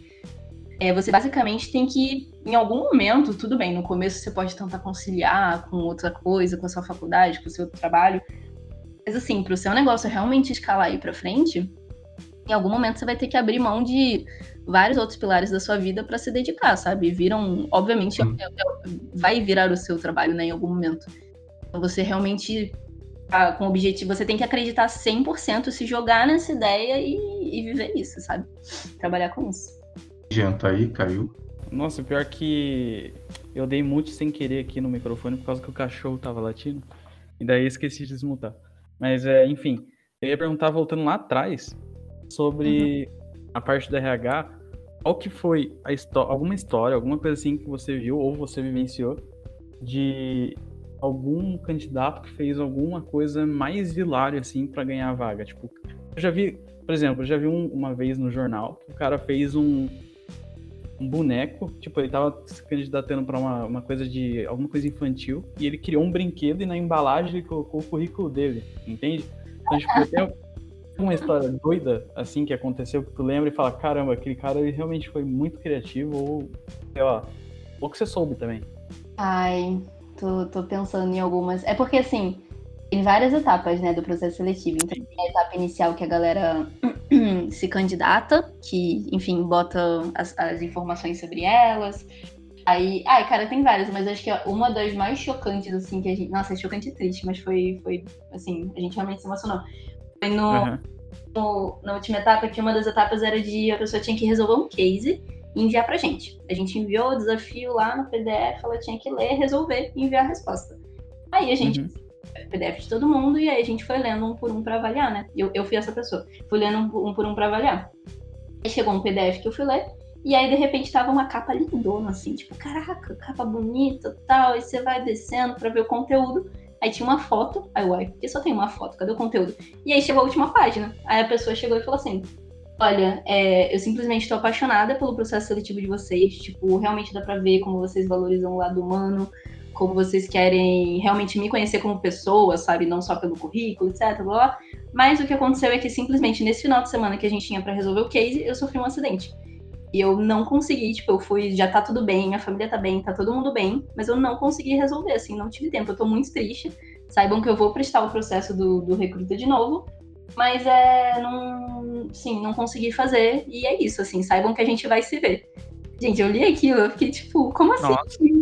É, você basicamente tem que, em algum momento, tudo bem, no começo você pode tentar conciliar com outra coisa, com a sua faculdade, com o seu trabalho, mas assim, para o seu negócio realmente escalar e ir para frente, em algum momento você vai ter que abrir mão de vários outros pilares da sua vida para se dedicar, sabe? Viram, obviamente, Hum. vai virar o seu trabalho, né, em algum momento. Então você realmente tá com o objetivo, você tem que acreditar cem por cento, se jogar nessa ideia e, e viver isso, sabe? Trabalhar com isso. Janta aí, caiu. Nossa, pior que eu dei mute sem querer aqui no microfone por causa que o cachorro tava latindo. E daí esqueci de desmutar. Mas, é, enfim, eu ia perguntar, voltando lá atrás, sobre uhum. a parte do R H, qual que foi a histó- alguma história, alguma coisa assim que você viu ou você vivenciou de algum candidato que fez alguma coisa mais hilária, assim, pra ganhar a vaga? Tipo, eu já vi, por exemplo, eu já vi um, uma vez no jornal que o cara fez um um boneco, tipo, ele tava se candidatando pra uma, uma coisa de, alguma coisa infantil, e ele criou um brinquedo e na embalagem ele colocou o currículo dele, entende? Então, tipo, tem uma história doida, assim, que aconteceu, que tu lembra e fala, caramba, aquele cara, ele realmente foi muito criativo, ou, sei lá, ou que você soube também. Ai, tô, tô pensando em algumas, é porque, assim, tem várias etapas, né, do processo seletivo, então tem a etapa inicial que a galera se candidata, que, enfim, bota as, as informações sobre elas. Aí, ai, cara, tem várias, mas acho que uma das mais chocantes, assim, que a gente... Nossa, é chocante e triste, mas foi, foi assim, a gente realmente se emocionou. Foi no, uhum. no, na última etapa, que uma das etapas era de a pessoa tinha que resolver um case e enviar pra gente. A gente enviou o desafio lá no P D F, ela tinha que ler, resolver e enviar a resposta. Aí a gente... Uhum. P D F de todo mundo, e aí a gente foi lendo um por um pra avaliar, né? Eu, eu fui essa pessoa. Fui lendo um, um por um pra avaliar. Aí chegou um P D F que eu fui ler, e aí de repente tava uma capa lindona, assim, tipo, caraca, capa bonita e tal, e você vai descendo pra ver o conteúdo. Aí tinha uma foto, aí uai, porque só tem uma foto, cadê o conteúdo? E aí chegou a última página. Aí a pessoa chegou e falou assim, olha, é, eu simplesmente tô apaixonada pelo processo seletivo de vocês, tipo, realmente dá pra ver como vocês valorizam o lado humano, como vocês querem realmente me conhecer como pessoa, sabe? Não só pelo currículo, etc, blá, blá. Mas o que aconteceu é que simplesmente nesse final de semana que a gente tinha pra resolver o case, eu sofri um acidente. E eu não consegui, tipo, eu fui, já tá tudo bem, minha família tá bem, tá todo mundo bem, mas eu não consegui resolver, assim, não tive tempo, eu tô muito triste. Saibam que eu vou prestar o processo do, do recruta de novo, mas é, não, sim, não consegui fazer, e é isso, assim, saibam que a gente vai se ver. Gente, eu li aquilo, eu fiquei tipo, como assim?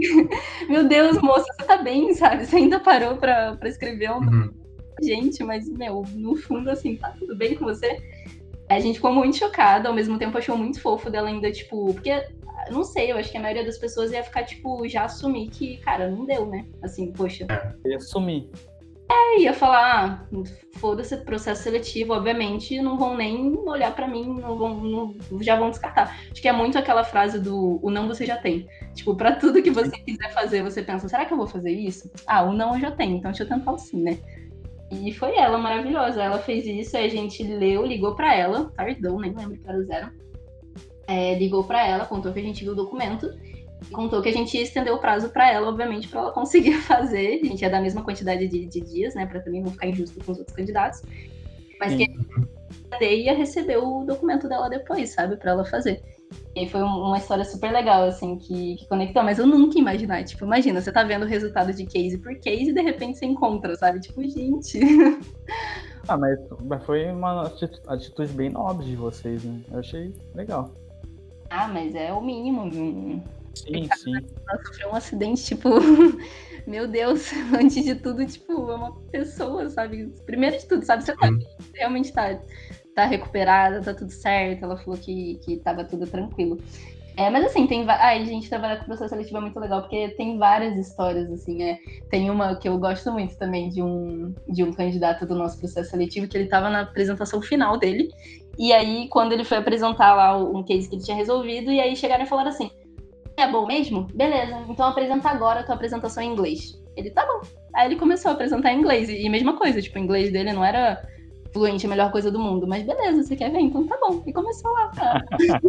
Meu Deus, moça, você tá bem, sabe? Você ainda parou pra, pra escrever um... Uhum. Gente, mas, meu, no fundo, assim, tá tudo bem com você? A gente ficou muito chocada, ao mesmo tempo achou muito fofo dela ainda, tipo... Porque, não sei, eu acho que a maioria das pessoas ia ficar, tipo, já assumir que, cara, não deu, né? Assim, poxa. Ia assumir. É, ia falar, ah, foda-se processo seletivo, obviamente, não vão nem olhar pra mim, não vão, não, já vão descartar. Acho que é muito aquela frase do, o não você já tem. Tipo, pra tudo que você quiser fazer, você pensa, será que eu vou fazer isso? Ah, o não eu já tenho, então deixa eu tentar o sim, né? E foi ela, maravilhosa. Ela fez isso, a gente leu, ligou pra ela, tardou, nem lembro que horas eram. É, ligou pra ela, contou que a gente viu o documento, e contou que a gente ia estender o prazo pra ela, obviamente, pra ela conseguir fazer. A gente ia dar a mesma quantidade de, de dias, né, pra também não ficar injusto com os outros candidatos. Mas Sim. que a gente ia receber o documento dela depois, sabe, pra ela fazer. E aí foi uma história super legal, assim, que, que conectou, mas eu nunca ia imaginar, tipo, imagina, você tá vendo o resultado de case por case e de repente você encontra, sabe? Tipo, gente... Ah, mas, mas foi uma atitude bem nobre de vocês, né? Eu achei legal. Ah, mas é o mínimo, viu? Sim, sim. Ela sofreu um acidente, tipo... Meu Deus, antes de tudo, tipo, é uma pessoa, sabe? Primeiro de tudo, sabe? Você tá, realmente tá... tá recuperada, tá tudo certo, ela falou que, que tava tudo tranquilo. É, mas assim, tem... Ai, gente, trabalhar com processo seletivo é muito legal, porque tem várias histórias, assim, é... Tem uma que eu gosto muito também de um, de um candidato do nosso processo seletivo, que ele tava na apresentação final dele, e aí, quando ele foi apresentar lá um case que ele tinha resolvido, e aí chegaram e falaram assim, é bom mesmo? Beleza, então apresenta agora a tua apresentação em inglês. Ele, tá bom. Aí ele começou a apresentar em inglês, e mesma coisa, tipo, o inglês dele não era... fluente, a melhor coisa do mundo. Mas beleza, você quer ver? Então tá bom. E começou lá, cara.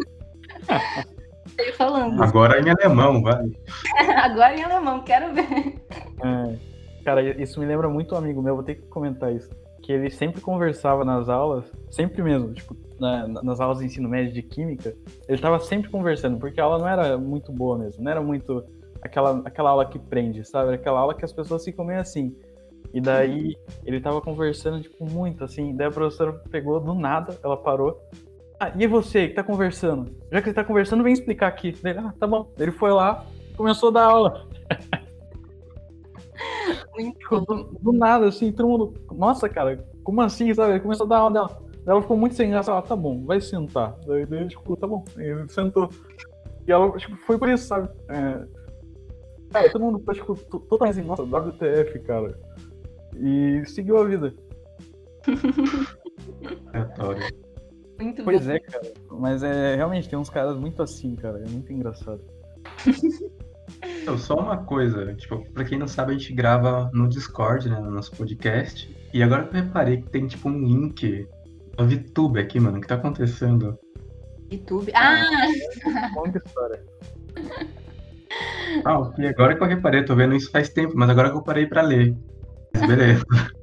Ele falando. Agora em alemão, vai. Agora em alemão, quero ver. É, cara, isso me lembra muito um amigo meu, vou ter que comentar isso. Que ele sempre conversava nas aulas, sempre mesmo, tipo, na, nas aulas de ensino médio de química, ele tava sempre conversando, porque a aula não era muito boa mesmo, não era muito aquela, aquela aula que prende, sabe? Era aquela aula que as pessoas ficam meio assim. E daí, ele tava conversando, tipo, muito, assim. Daí a professora pegou do nada, ela parou. Ah, e você que tá conversando? Já que você tá conversando, vem explicar aqui. Daí, ah, tá bom. Ele foi lá e começou a dar aula. Muito do, do nada, assim, todo mundo... Nossa, cara, como assim, sabe? Ele começou a dar aula dela. Ela ficou muito sem graça. Ela, tá bom, vai sentar. Daí, daí tipo, tá bom. Ele sentou. E ela, tipo, foi por isso, sabe? É... Cara, todo mundo foi, tipo, totalmente assim, nossa, W T F, cara. E seguiu a vida. Muito pois bom. é, cara. Mas é, realmente tem uns caras muito assim, cara. É muito engraçado. Então, só uma coisa, tipo, pra quem não sabe, a gente grava no Discord, né, no nosso podcast. E agora que eu reparei que tem, tipo, um link da VTube aqui, mano. O que tá acontecendo? VTube? Ah! Muita história. Ah, ok. Agora que eu reparei, tô vendo isso faz tempo, mas agora que eu parei pra ler. Mas beleza.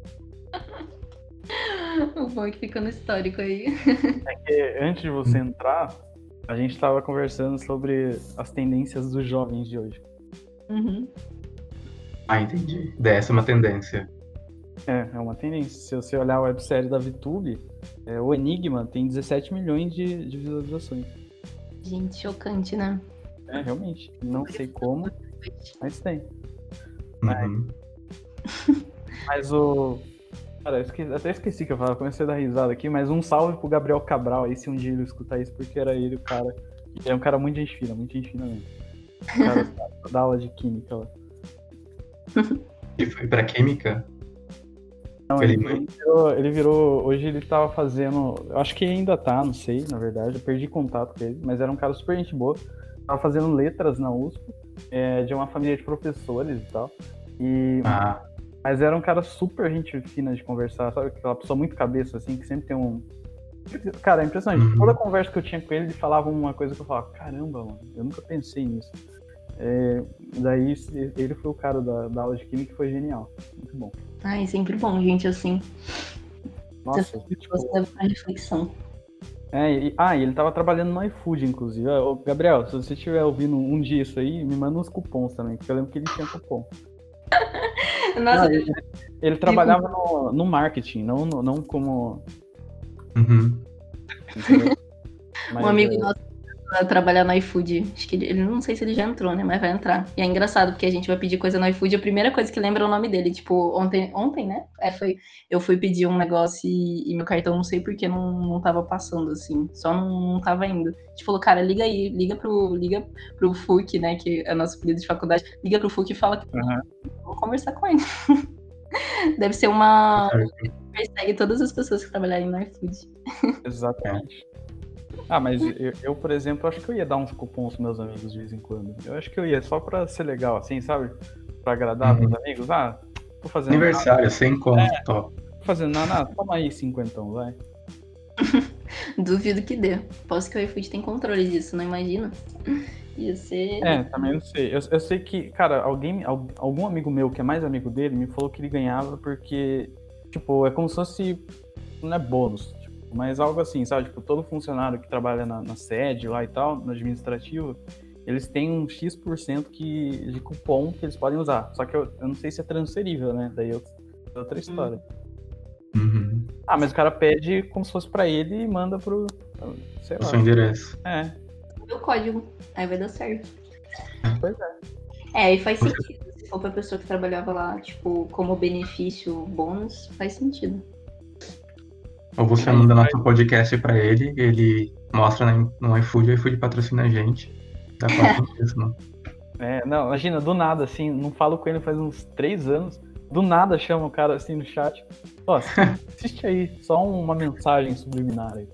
O bom é que fica no histórico aí. É que antes de você entrar, a gente tava conversando sobre as tendências dos jovens de hoje. Uhum. Ah, entendi. Dessa é uma tendência. É, é uma tendência. Se você olhar a websérie da VTube, é, o Enigma tem dezessete milhões de, de visualizações. Gente, chocante, né? É, realmente. Não sei como, mas tem. Uhum. Mas, mas o... Cara, eu esqueci, até esqueci que eu falava, comecei a dar risada aqui, mas um salve pro Gabriel Cabral aí, se um dia ele escutar isso, porque era ele o cara. Ele é um cara muito gente fina, muito gente fina mesmo. O cara da aula de química lá. E foi pra química? Não, ele, ele, virou, ele virou. Hoje ele tava fazendo. Eu acho que ainda tá, não sei, na verdade. Eu perdi contato com ele, mas era um cara super gente boa. Tava fazendo letras na U S P, é, de uma família de professores e tal. E. Ah. Mas era um cara super gente fina de conversar, sabe? Aquela pessoa muito cabeça, assim, que sempre tem um... Cara, é impressionante. Uhum. Toda conversa que eu tinha com ele, ele falava uma coisa que eu falava, caramba, mano, eu nunca pensei nisso. É, daí ele foi o cara da, da aula de química que foi genial. Muito bom. Ai, sempre bom, gente, assim. Nossa, Você tipo, leva pra reflexão. é, e, ah, e ele tava trabalhando no iFood, inclusive. Ô, Gabriel, se você estiver ouvindo um dia isso aí, me manda uns cupons também, porque eu lembro que ele tinha cupom. Nossa, Não, ele, ele trabalhava no, no marketing, não, no- não como. Uhum. Entendeu? Mas, um amigo é, nosso vai trabalhar no iFood. Acho que ele, ele não sei se ele já entrou, né? Mas vai entrar. E é engraçado, porque a gente vai pedir coisa no iFood, a primeira coisa que lembra é o nome dele. Tipo, ontem, ontem, né? É, foi. Eu fui pedir um negócio e, e meu cartão, não sei porque não, não tava passando, assim. Só não, não tava indo. A gente falou, cara, liga aí, liga pro, liga pro F U C, né? Que é nosso período de faculdade. Liga pro F U C e fala que aham, vou conversar com ele. Deve ser uma. Certo. Persegue todas as pessoas que trabalharem no iFood. exatamente. Ah, mas eu, eu, por exemplo, acho que eu ia dar uns cupons pros meus amigos de vez em quando. Eu acho que eu ia só pra ser legal, assim, sabe? Pra agradar Uhum. meus amigos. Ah, tô fazendo nada, Aniversário, sem conto, top. tô fazendo nada, nada, toma aí cinquentão, vai. Duvido que dê. Posso que o iFood tem controle disso, não imagina? Ia ser. É, também não sei. Eu, eu sei que, cara, alguém, al- algum amigo meu que é mais amigo dele me falou que ele ganhava porque, tipo, é como se fosse, não é bônus, tipo, mas algo assim, sabe? Tipo, todo funcionário que trabalha na, na sede lá e tal, no administrativo, eles têm um X% que, de cupom que eles podem usar. Só que eu, eu não sei se é transferível, né? Daí é outra história. Uhum. Ah, mas o cara pede como se fosse pra ele e manda pro, sei O lá. seu endereço. É, Meu código. Aí vai dar certo. pois é. É, e faz sentido. Se for pra pessoa que trabalhava lá, tipo, como benefício bônus, faz sentido. Ou você Aí manda vai- nosso podcast pra ele, ele mostra na- no iFood, o iFood patrocina a gente. Dá quase não isso, não. É, não, imagina, do nada, assim, não falo com ele faz uns três anos, do nada chama o cara assim no chat. Ó, assiste aí, só uma mensagem subliminar aí.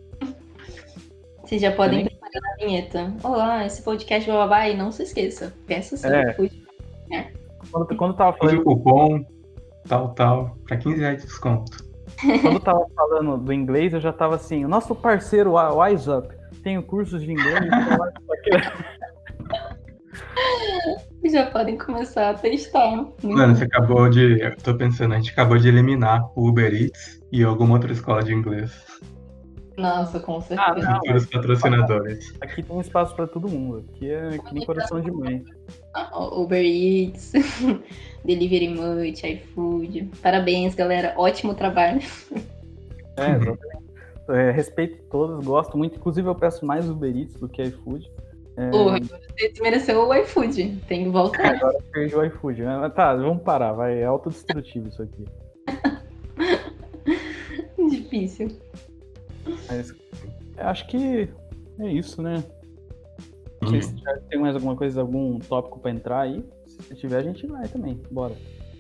Vocês já podem nem- preparar a vinheta. Olá, esse podcast blá blá blá, e não se esqueça. Peça seu É. iFood. Quando, quando tava Use falando, o cupom, tal, tal, pra quinze reais de desconto. quando tava falando do inglês, eu já tava assim, o nosso parceiro a WiseUp tem cursos de inglês, blá, blá, blá. Já podem começar a testar. Mano, você acabou de. Eu tô pensando, a gente acabou de eliminar o Uber Eats e alguma outra escola de inglês. Nossa, com Ah, certeza. não, Futuros patrocinadores. aqui tem espaço pra todo mundo, aqui é que nem coração de mãe. Uber Eats, Delivery Much, iFood. Parabéns, galera. Ótimo trabalho. É, exatamente. É, respeito todos, gosto muito, inclusive eu peço mais Uber Eats do que iFood. É, Porra, você mereceu o iFood. Tem que voltar. agora eu perdi o iFood. Mas tá, vamos parar, vai. É autodestrutivo isso aqui. Difícil. Mas eu acho que é isso, né? Não sei se já tem mais alguma coisa, algum tópico pra entrar aí. Se tiver, a gente vai também. Bora.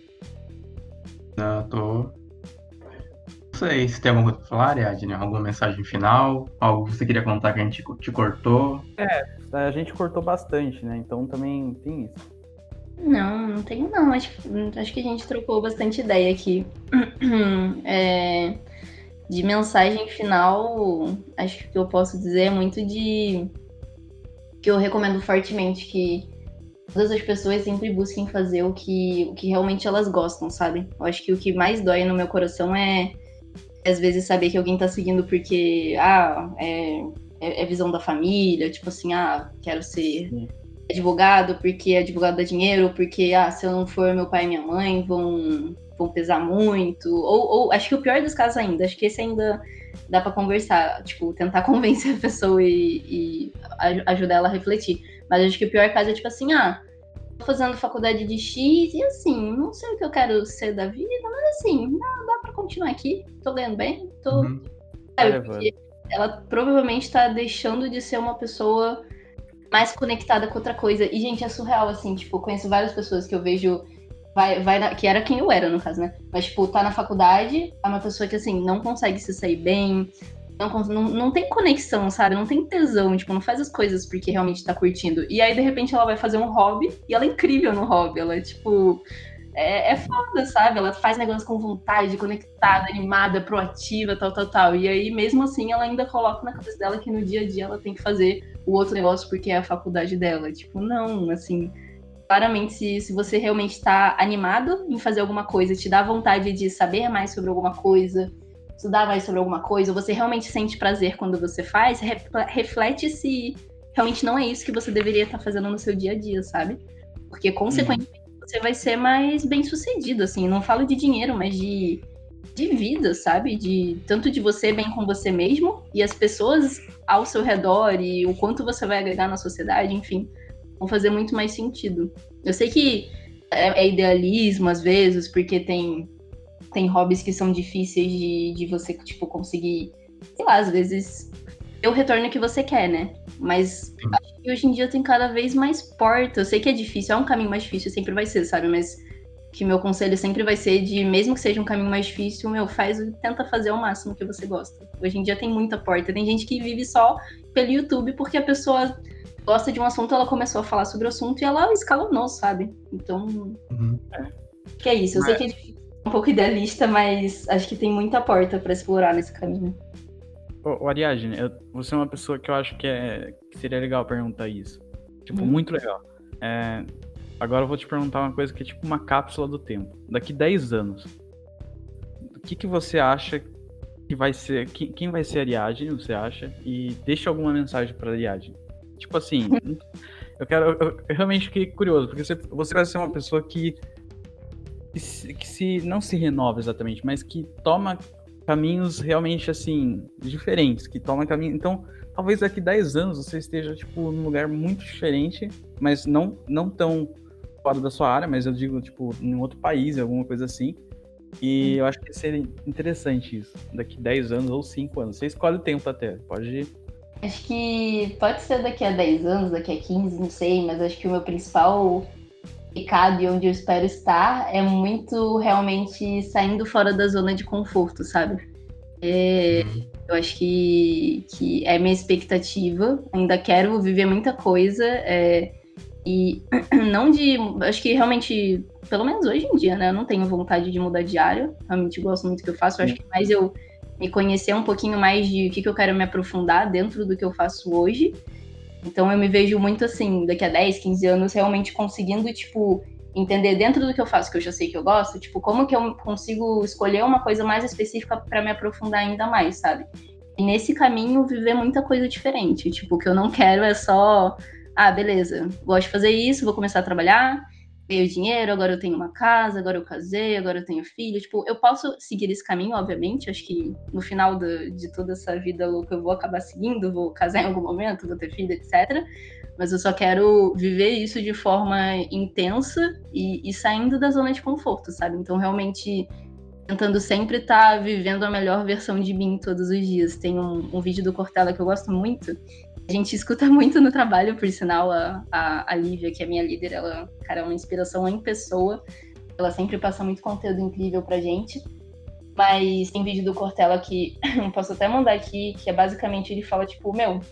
Eu tô. Não sei se tem alguma coisa pra falar, Ariadne. Alguma mensagem final? Algo que você queria contar que a gente te cortou? A gente cortou bastante, né? Então também tem isso. Não, não tenho não. Acho, acho que a gente trocou bastante ideia aqui. É, de mensagem final, acho que eu posso dizer é muito de que eu recomendo fortemente que todas as pessoas sempre busquem fazer o que, o que realmente elas gostam, sabe? Eu acho que o que mais dói no meu coração é às vezes saber que alguém tá seguindo porque, ah, é, é, é visão da família, tipo assim, ah, quero ser Sim. advogado porque advogado dá dinheiro, porque, ah, se eu não for, meu pai e minha mãe vão, vão pesar muito. Ou, ou, acho que o pior dos casos ainda, acho que esse ainda dá pra conversar, tipo, tentar convencer a pessoa e, e ajudar ela a refletir. Mas acho que o pior caso é tipo assim, ah, tô fazendo faculdade de X e assim, não sei o que eu quero ser da vida, mas assim, dá, dá pra continuar aqui, tô ganhando bem, tô... Uhum. Sabe, É, porque ela provavelmente tá deixando de ser uma pessoa mais conectada com outra coisa. E, gente, é surreal, assim, tipo, eu conheço várias pessoas que eu vejo, vai, vai na, que era quem eu era, no caso, né? Mas, tipo, tá na faculdade, é uma pessoa que, assim, não consegue se sair bem, não, não, não tem conexão, sabe? Não tem tesão, tipo, não faz as coisas porque realmente tá curtindo. E aí, de repente, ela vai fazer um hobby, e ela é incrível no hobby, ela é, tipo... É, é foda, sabe? Ela faz negócio com vontade, conectada, animada, proativa, tal, tal, tal. E aí, mesmo assim, ela ainda coloca na cabeça dela que no dia a dia ela tem que fazer o outro negócio porque é a faculdade dela. Tipo, não, assim, claramente se, se você realmente está animado em fazer alguma coisa, te dá vontade de saber mais sobre alguma coisa, estudar mais sobre alguma coisa, você realmente sente prazer quando você faz, reflete se realmente não é isso que você deveria estar fazendo no seu dia a dia, sabe? Porque, consequentemente, uhum. você vai ser mais bem-sucedido, assim. Não falo de dinheiro, mas de, de vida, sabe? De, tanto de você bem com você mesmo e as pessoas ao seu redor e o quanto você vai agregar na sociedade, enfim, vão fazer muito mais sentido. Eu sei que é, é idealismo, às vezes, porque tem, tem hobbies que são difíceis de, de você, tipo, conseguir, sei lá, às vezes, ter o retorno que você quer, né? Mas acho que hoje em dia tem cada vez mais porta. Eu sei que é difícil, é um caminho mais difícil, sempre vai ser, sabe? Mas que meu conselho sempre vai ser de, mesmo que seja um caminho mais difícil, meu, faz, tenta fazer o máximo que você gosta. Hoje em dia tem muita porta. Tem gente que vive só pelo YouTube porque a pessoa gosta de um assunto, ela começou a falar sobre o assunto e ela escalonou, sabe? Então, uhum. é. que é isso. Eu mas... sei que é difícil, é um pouco idealista, mas acho que tem muita porta pra explorar nesse caminho. Ô, Ariadne, eu, você é uma pessoa que eu acho que, é, que seria legal perguntar isso. Tipo, hum. muito legal. É, agora eu vou te perguntar uma coisa que é tipo uma cápsula do tempo. Daqui dez anos, o que, que você acha que vai ser... Quem, quem vai ser a Ariadne, você acha? E deixa alguma mensagem pra Ariadne. Tipo assim, eu quero... Eu, eu, eu realmente fiquei curioso, porque você, você vai ser uma pessoa que, que, se, que se não se renova exatamente, mas que toma... caminhos realmente, assim, diferentes, que tomam caminho... Então, talvez daqui dez anos você esteja, tipo, num lugar muito diferente, mas não, não tão fora da sua área, mas eu digo, tipo, em outro país, alguma coisa assim. E eu acho que seria interessante isso. Daqui dez anos ou cinco anos. Você escolhe o tempo até, pode ir. Acho que pode ser daqui a dez anos, daqui a quinze, não sei, mas acho que o meu principal... e onde eu espero estar é muito realmente saindo fora da zona de conforto, sabe? É, eu acho que, que é minha expectativa. Ainda quero viver muita coisa é, e não de... Acho que realmente, pelo menos hoje em dia, né? Eu não tenho vontade de mudar de área. Realmente gosto muito do que eu faço. Eu acho que mais eu me conhecer um pouquinho mais de o que, que eu quero me aprofundar dentro do que eu faço hoje. Então eu me vejo muito assim, daqui a dez, quinze anos, realmente conseguindo, tipo, entender dentro do que eu faço, que eu já sei que eu gosto, tipo, como que eu consigo escolher uma coisa mais específica para me aprofundar ainda mais, sabe? E nesse caminho, viver muita coisa diferente. Tipo, o que eu não quero é só, ah, beleza, gosto de fazer isso, vou começar a trabalhar, ganhei dinheiro, agora eu tenho uma casa, agora eu casei, agora eu tenho filho. Tipo, eu posso seguir esse caminho, obviamente. Acho que no final do, de toda essa vida louca eu vou acabar seguindo, vou casar em algum momento, vou ter filho, etcétera. Mas eu só quero viver isso de forma intensa e, e saindo da zona de conforto, sabe? Então, realmente, tentando sempre estar tá vivendo a melhor versão de mim todos os dias. Tem um, um vídeo do Cortella que eu gosto muito. A gente escuta muito no trabalho, por sinal, a, a, a Lívia, que é minha líder, ela, cara, é uma inspiração em pessoa. Ela sempre passa muito conteúdo incrível pra gente. Mas tem vídeo do Cortella que posso até mandar aqui, que é basicamente ele fala, tipo, meu,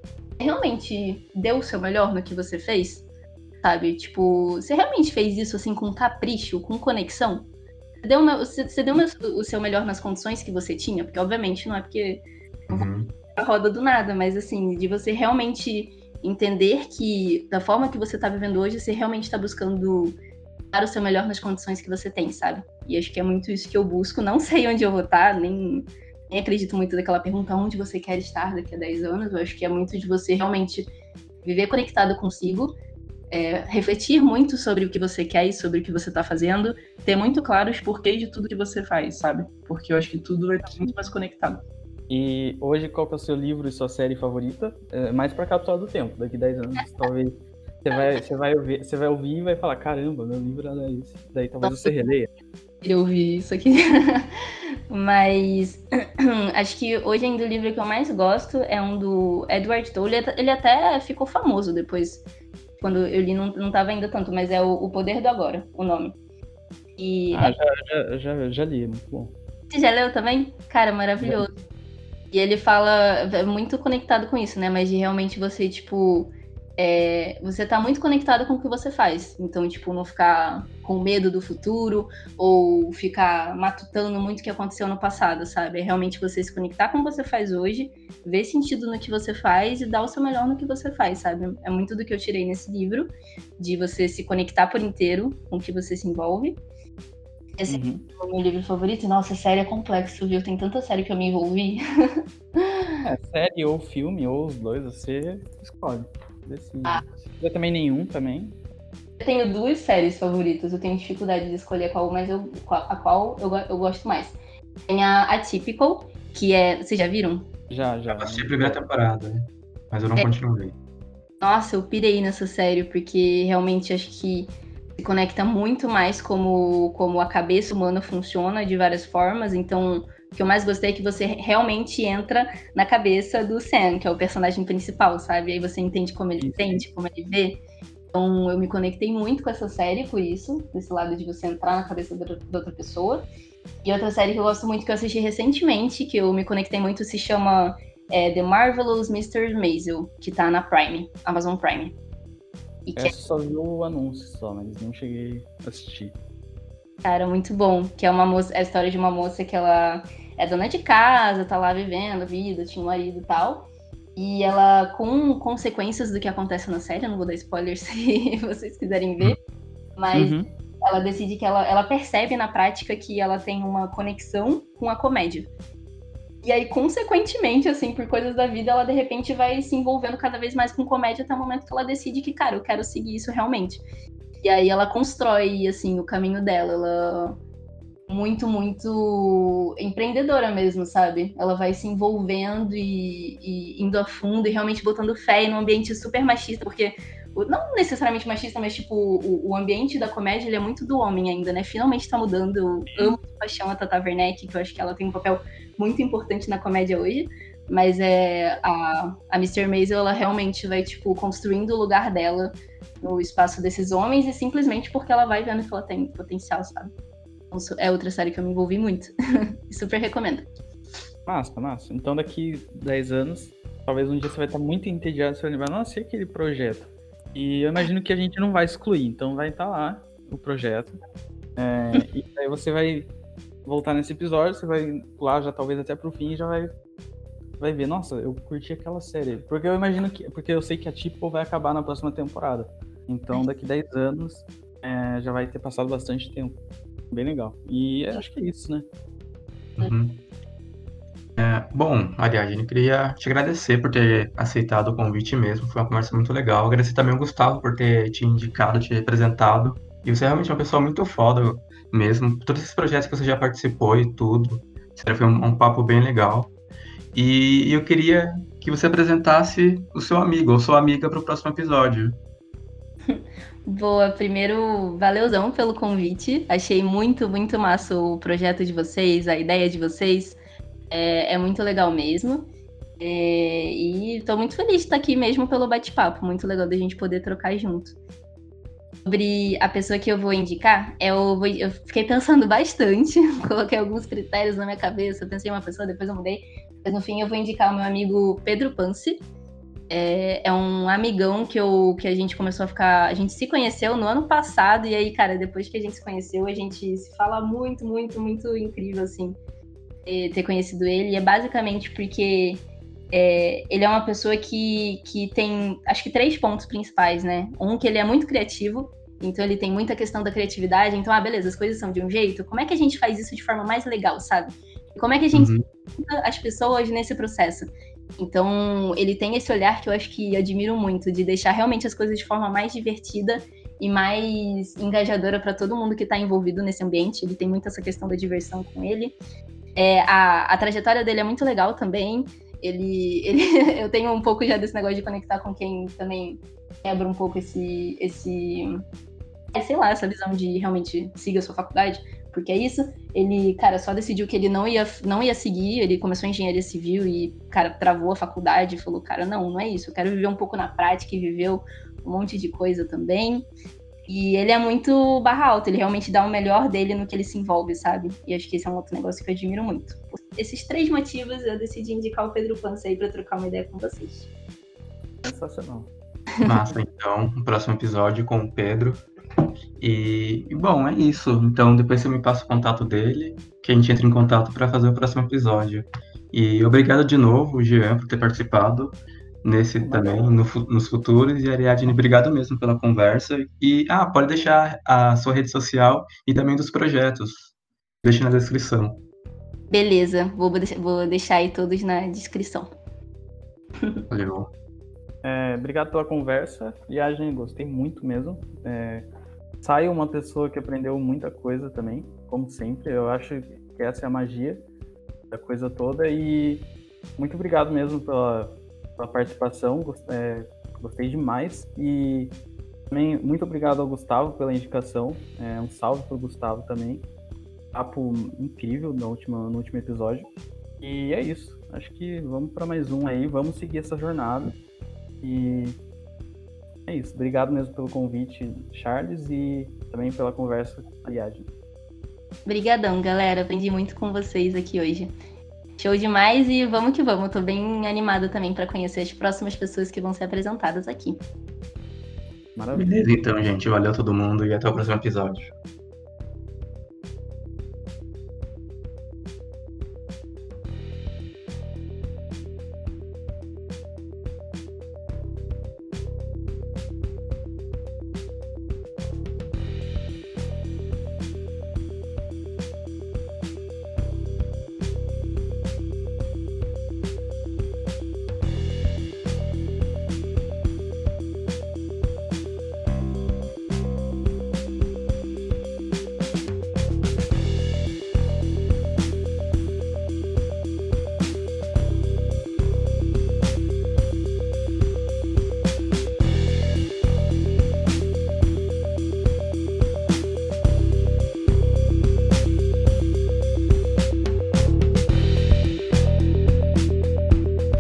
realmente deu o seu melhor no que você fez? Sabe? Tipo, você realmente fez isso assim com capricho, com conexão? Você deu, uma, você, você deu uma, o seu melhor nas condições que você tinha? Porque, obviamente, não é porque uhum. a roda do nada, mas assim, de você realmente entender que da forma que você tá vivendo hoje, você realmente tá buscando dar o seu melhor nas condições que você tem, sabe? E acho que é muito isso que eu busco. Não sei onde eu vou estar, nem... nem acredito muito naquela pergunta onde você quer estar daqui a dez anos. Eu acho que é muito de você realmente viver conectado consigo, é, refletir muito sobre o que você quer e sobre o que você está fazendo, ter muito claro os porquês de tudo que você faz, sabe? Porque eu acho que tudo vai estar muito mais conectado. E hoje, qual que é o seu livro e sua série favorita? É, mais pra cápsula do tempo, daqui a dez anos, talvez você vai, você vai, ouvir, você vai ouvir e vai falar, caramba, meu livro era esse. Daí talvez você releia. Eu ouvi isso aqui. Mas acho que hoje ainda o livro que eu mais gosto é um do Edward Tolle. Ele até ficou famoso depois, quando eu li, não, não tava ainda tanto, mas é o, o Poder do Agora, o nome. E ah, é... já, já, já, já li, é muito bom. Você já leu também? Cara, maravilhoso. Já. E ele fala, é muito conectado com isso, né? Mas de realmente você, tipo, é, você tá muito conectado com o que você faz. Então, tipo, não ficar com medo do futuro ou ficar matutando muito o que aconteceu no passado, sabe? É realmente você se conectar com o que você faz hoje, ver sentido no que você faz e dar o seu melhor no que você faz, sabe? É muito do que eu tirei nesse livro, de você se conectar por inteiro com o que você se envolve. Esse uhum. é o meu livro favorito. Nossa, série é complexo, viu? Tem tanta série que eu me envolvi. É, série ou filme, ou os dois, você escolhe. Decide. Ah. Eu também nenhum, também. Eu tenho duas séries favoritas. Eu tenho dificuldade de escolher qual, mas eu, a qual eu, eu gosto mais. Tem a Atypical, que é... Vocês já viram? Já, já. Eu assisti a primeira temporada, né? Mas eu não é. continuei. Nossa, eu pirei nessa série, porque realmente acho que se conecta muito mais como, como a cabeça humana funciona de várias formas. Então, o que eu mais gostei é que você realmente entra na cabeça do Sam, que é o personagem principal, sabe? Aí você entende como ele sente, como ele vê. Então, eu me conectei muito com essa série por isso, desse lado de você entrar na cabeça da outra pessoa. E outra série que eu gosto muito, que eu assisti recentemente, que eu me conectei muito, se chama é, The Marvelous mister Maisel, que tá na Prime, Amazon Prime. E que... Eu só vi o anúncio só, mas não cheguei a assistir. Cara, muito bom. Que é uma moça, é a história de uma moça que ela é dona de casa, tá lá vivendo a vida, tinha um marido e tal. E ela, com consequências do que acontece na série, eu não vou dar spoiler se vocês quiserem ver, mas uhum. ela decide que ela, ela percebe na prática que ela tem uma conexão com a comédia. E aí, consequentemente, assim, por coisas da vida, ela de repente vai se envolvendo cada vez mais com comédia até o momento que ela decide que, cara, eu quero seguir isso realmente. E aí ela constrói, assim, o caminho dela. Ela é muito, muito empreendedora mesmo, sabe? Ela vai se envolvendo e, e indo a fundo e realmente botando fé em um ambiente super machista, porque, não necessariamente machista, mas, tipo, o, o ambiente da comédia, ele é muito do homem ainda, né? Finalmente tá mudando. Eu amo de paixão a Tata Werneck, que eu acho que ela tem um papel muito importante na comédia hoje. Mas é, a, a mister Maisel, ela realmente vai, tipo, construindo o lugar dela no espaço desses homens e simplesmente porque ela vai vendo que ela tem potencial, sabe? Então, é outra série que eu me envolvi muito. Super recomendo. Massa, massa. Então daqui dez anos, talvez um dia você vai estar muito entediado, você vai lembrar, nossa, e aquele projeto? E eu imagino que a gente não vai excluir, então vai estar lá o projeto. É, e aí você vai voltar nesse episódio, você vai pular já talvez até pro fim e já vai, vai ver, nossa, eu curti aquela série. Porque eu imagino que, porque eu sei que a Tipo vai acabar na próxima temporada. Então daqui dez anos é, já vai ter passado bastante tempo. Bem legal. E acho que é isso, né? Uhum. É, bom, Ariadne, eu queria te agradecer por ter aceitado o convite mesmo. Foi uma conversa muito legal. Agradecer também ao Gustavo por ter te indicado, te representado. E você é realmente uma pessoa muito foda mesmo. Todos esses projetos que você já participou e tudo. Foi um, um papo bem legal. E eu queria que você apresentasse o seu amigo ou sua amiga para o próximo episódio. Boa, primeiro, valeuzão pelo convite. Achei muito, muito massa o projeto de vocês, a ideia de vocês. É, é muito legal mesmo. É, e tô muito feliz de estar aqui mesmo pelo bate-papo. Muito legal da gente poder trocar junto. Sobre a pessoa que eu vou indicar, eu, vou, eu fiquei pensando bastante. Coloquei alguns critérios na minha cabeça. Pensei em uma pessoa, depois eu mudei. Mas no fim eu vou indicar o meu amigo Pedro Pansi. É, é um amigão que, eu, que a gente começou a ficar... A gente se conheceu no ano passado. E aí, cara, depois que a gente se conheceu, a gente se fala muito, muito, muito incrível, assim. Ter conhecido ele, e é basicamente porque é, ele é uma pessoa que, que tem, acho que três pontos principais, né? Um, que ele é muito criativo, então ele tem muita questão da criatividade, então, ah, beleza, as coisas são de um jeito, como é que a gente faz isso de forma mais legal, sabe? E como é que a gente ajuda uhum. as pessoas nesse processo? Então, ele tem esse olhar que eu acho que admiro muito, de deixar realmente as coisas de forma mais divertida e mais engajadora para todo mundo que está envolvido nesse ambiente. Ele tem muito essa questão da diversão com ele. É, a, a trajetória dele é muito legal também. Ele, ele, eu tenho um pouco já desse negócio de conectar com quem também quebra um pouco esse, esse é, sei lá, essa visão de realmente siga a sua faculdade, porque é isso. Ele, cara, só decidiu que ele não ia, não ia seguir, ele começou a engenharia civil e, cara, travou a faculdade e falou, cara, não, não é isso, eu quero viver um pouco na prática, e viveu um monte de coisa também. E ele é muito barra alta, ele realmente dá o melhor dele no que ele se envolve, sabe? E acho que esse é um outro negócio que eu admiro muito. Por esses três motivos, eu decidi indicar o Pedro Pansi aí pra trocar uma ideia com vocês. Sensacional. Massa, então, o próximo episódio com o Pedro. E, e, bom, é isso. Então, depois você me passa o contato dele, que a gente entra em contato para fazer o próximo episódio. E obrigado de novo, Jean, por ter participado nesse também, no, nos futuros. E, Ariadne, obrigado mesmo pela conversa. E, ah, pode deixar a sua rede social e também dos projetos. Deixe na descrição. Beleza, vou, vou deixar aí todos na descrição. Valeu. É, obrigado pela conversa. Viagem, gostei muito mesmo. É, sai uma pessoa que aprendeu muita coisa também, como sempre. Eu acho que essa é a magia da coisa toda. E muito obrigado mesmo pela, pela participação. Gostei, é, gostei demais. E também muito obrigado ao Gustavo pela indicação. É, um salve para o Gustavo também. Papo incrível no último, no último episódio. E é isso. Acho que vamos para mais um aí. Vamos seguir essa jornada. E é isso. Obrigado mesmo pelo convite, Charles, e também pela conversa, Ariadne. Obrigadão, galera. Aprendi muito com vocês aqui hoje. Show demais e vamos que vamos. Tô bem animada também para conhecer as próximas pessoas que vão ser apresentadas aqui. Maravilha. Beleza, então, gente. Valeu todo mundo e até o próximo episódio.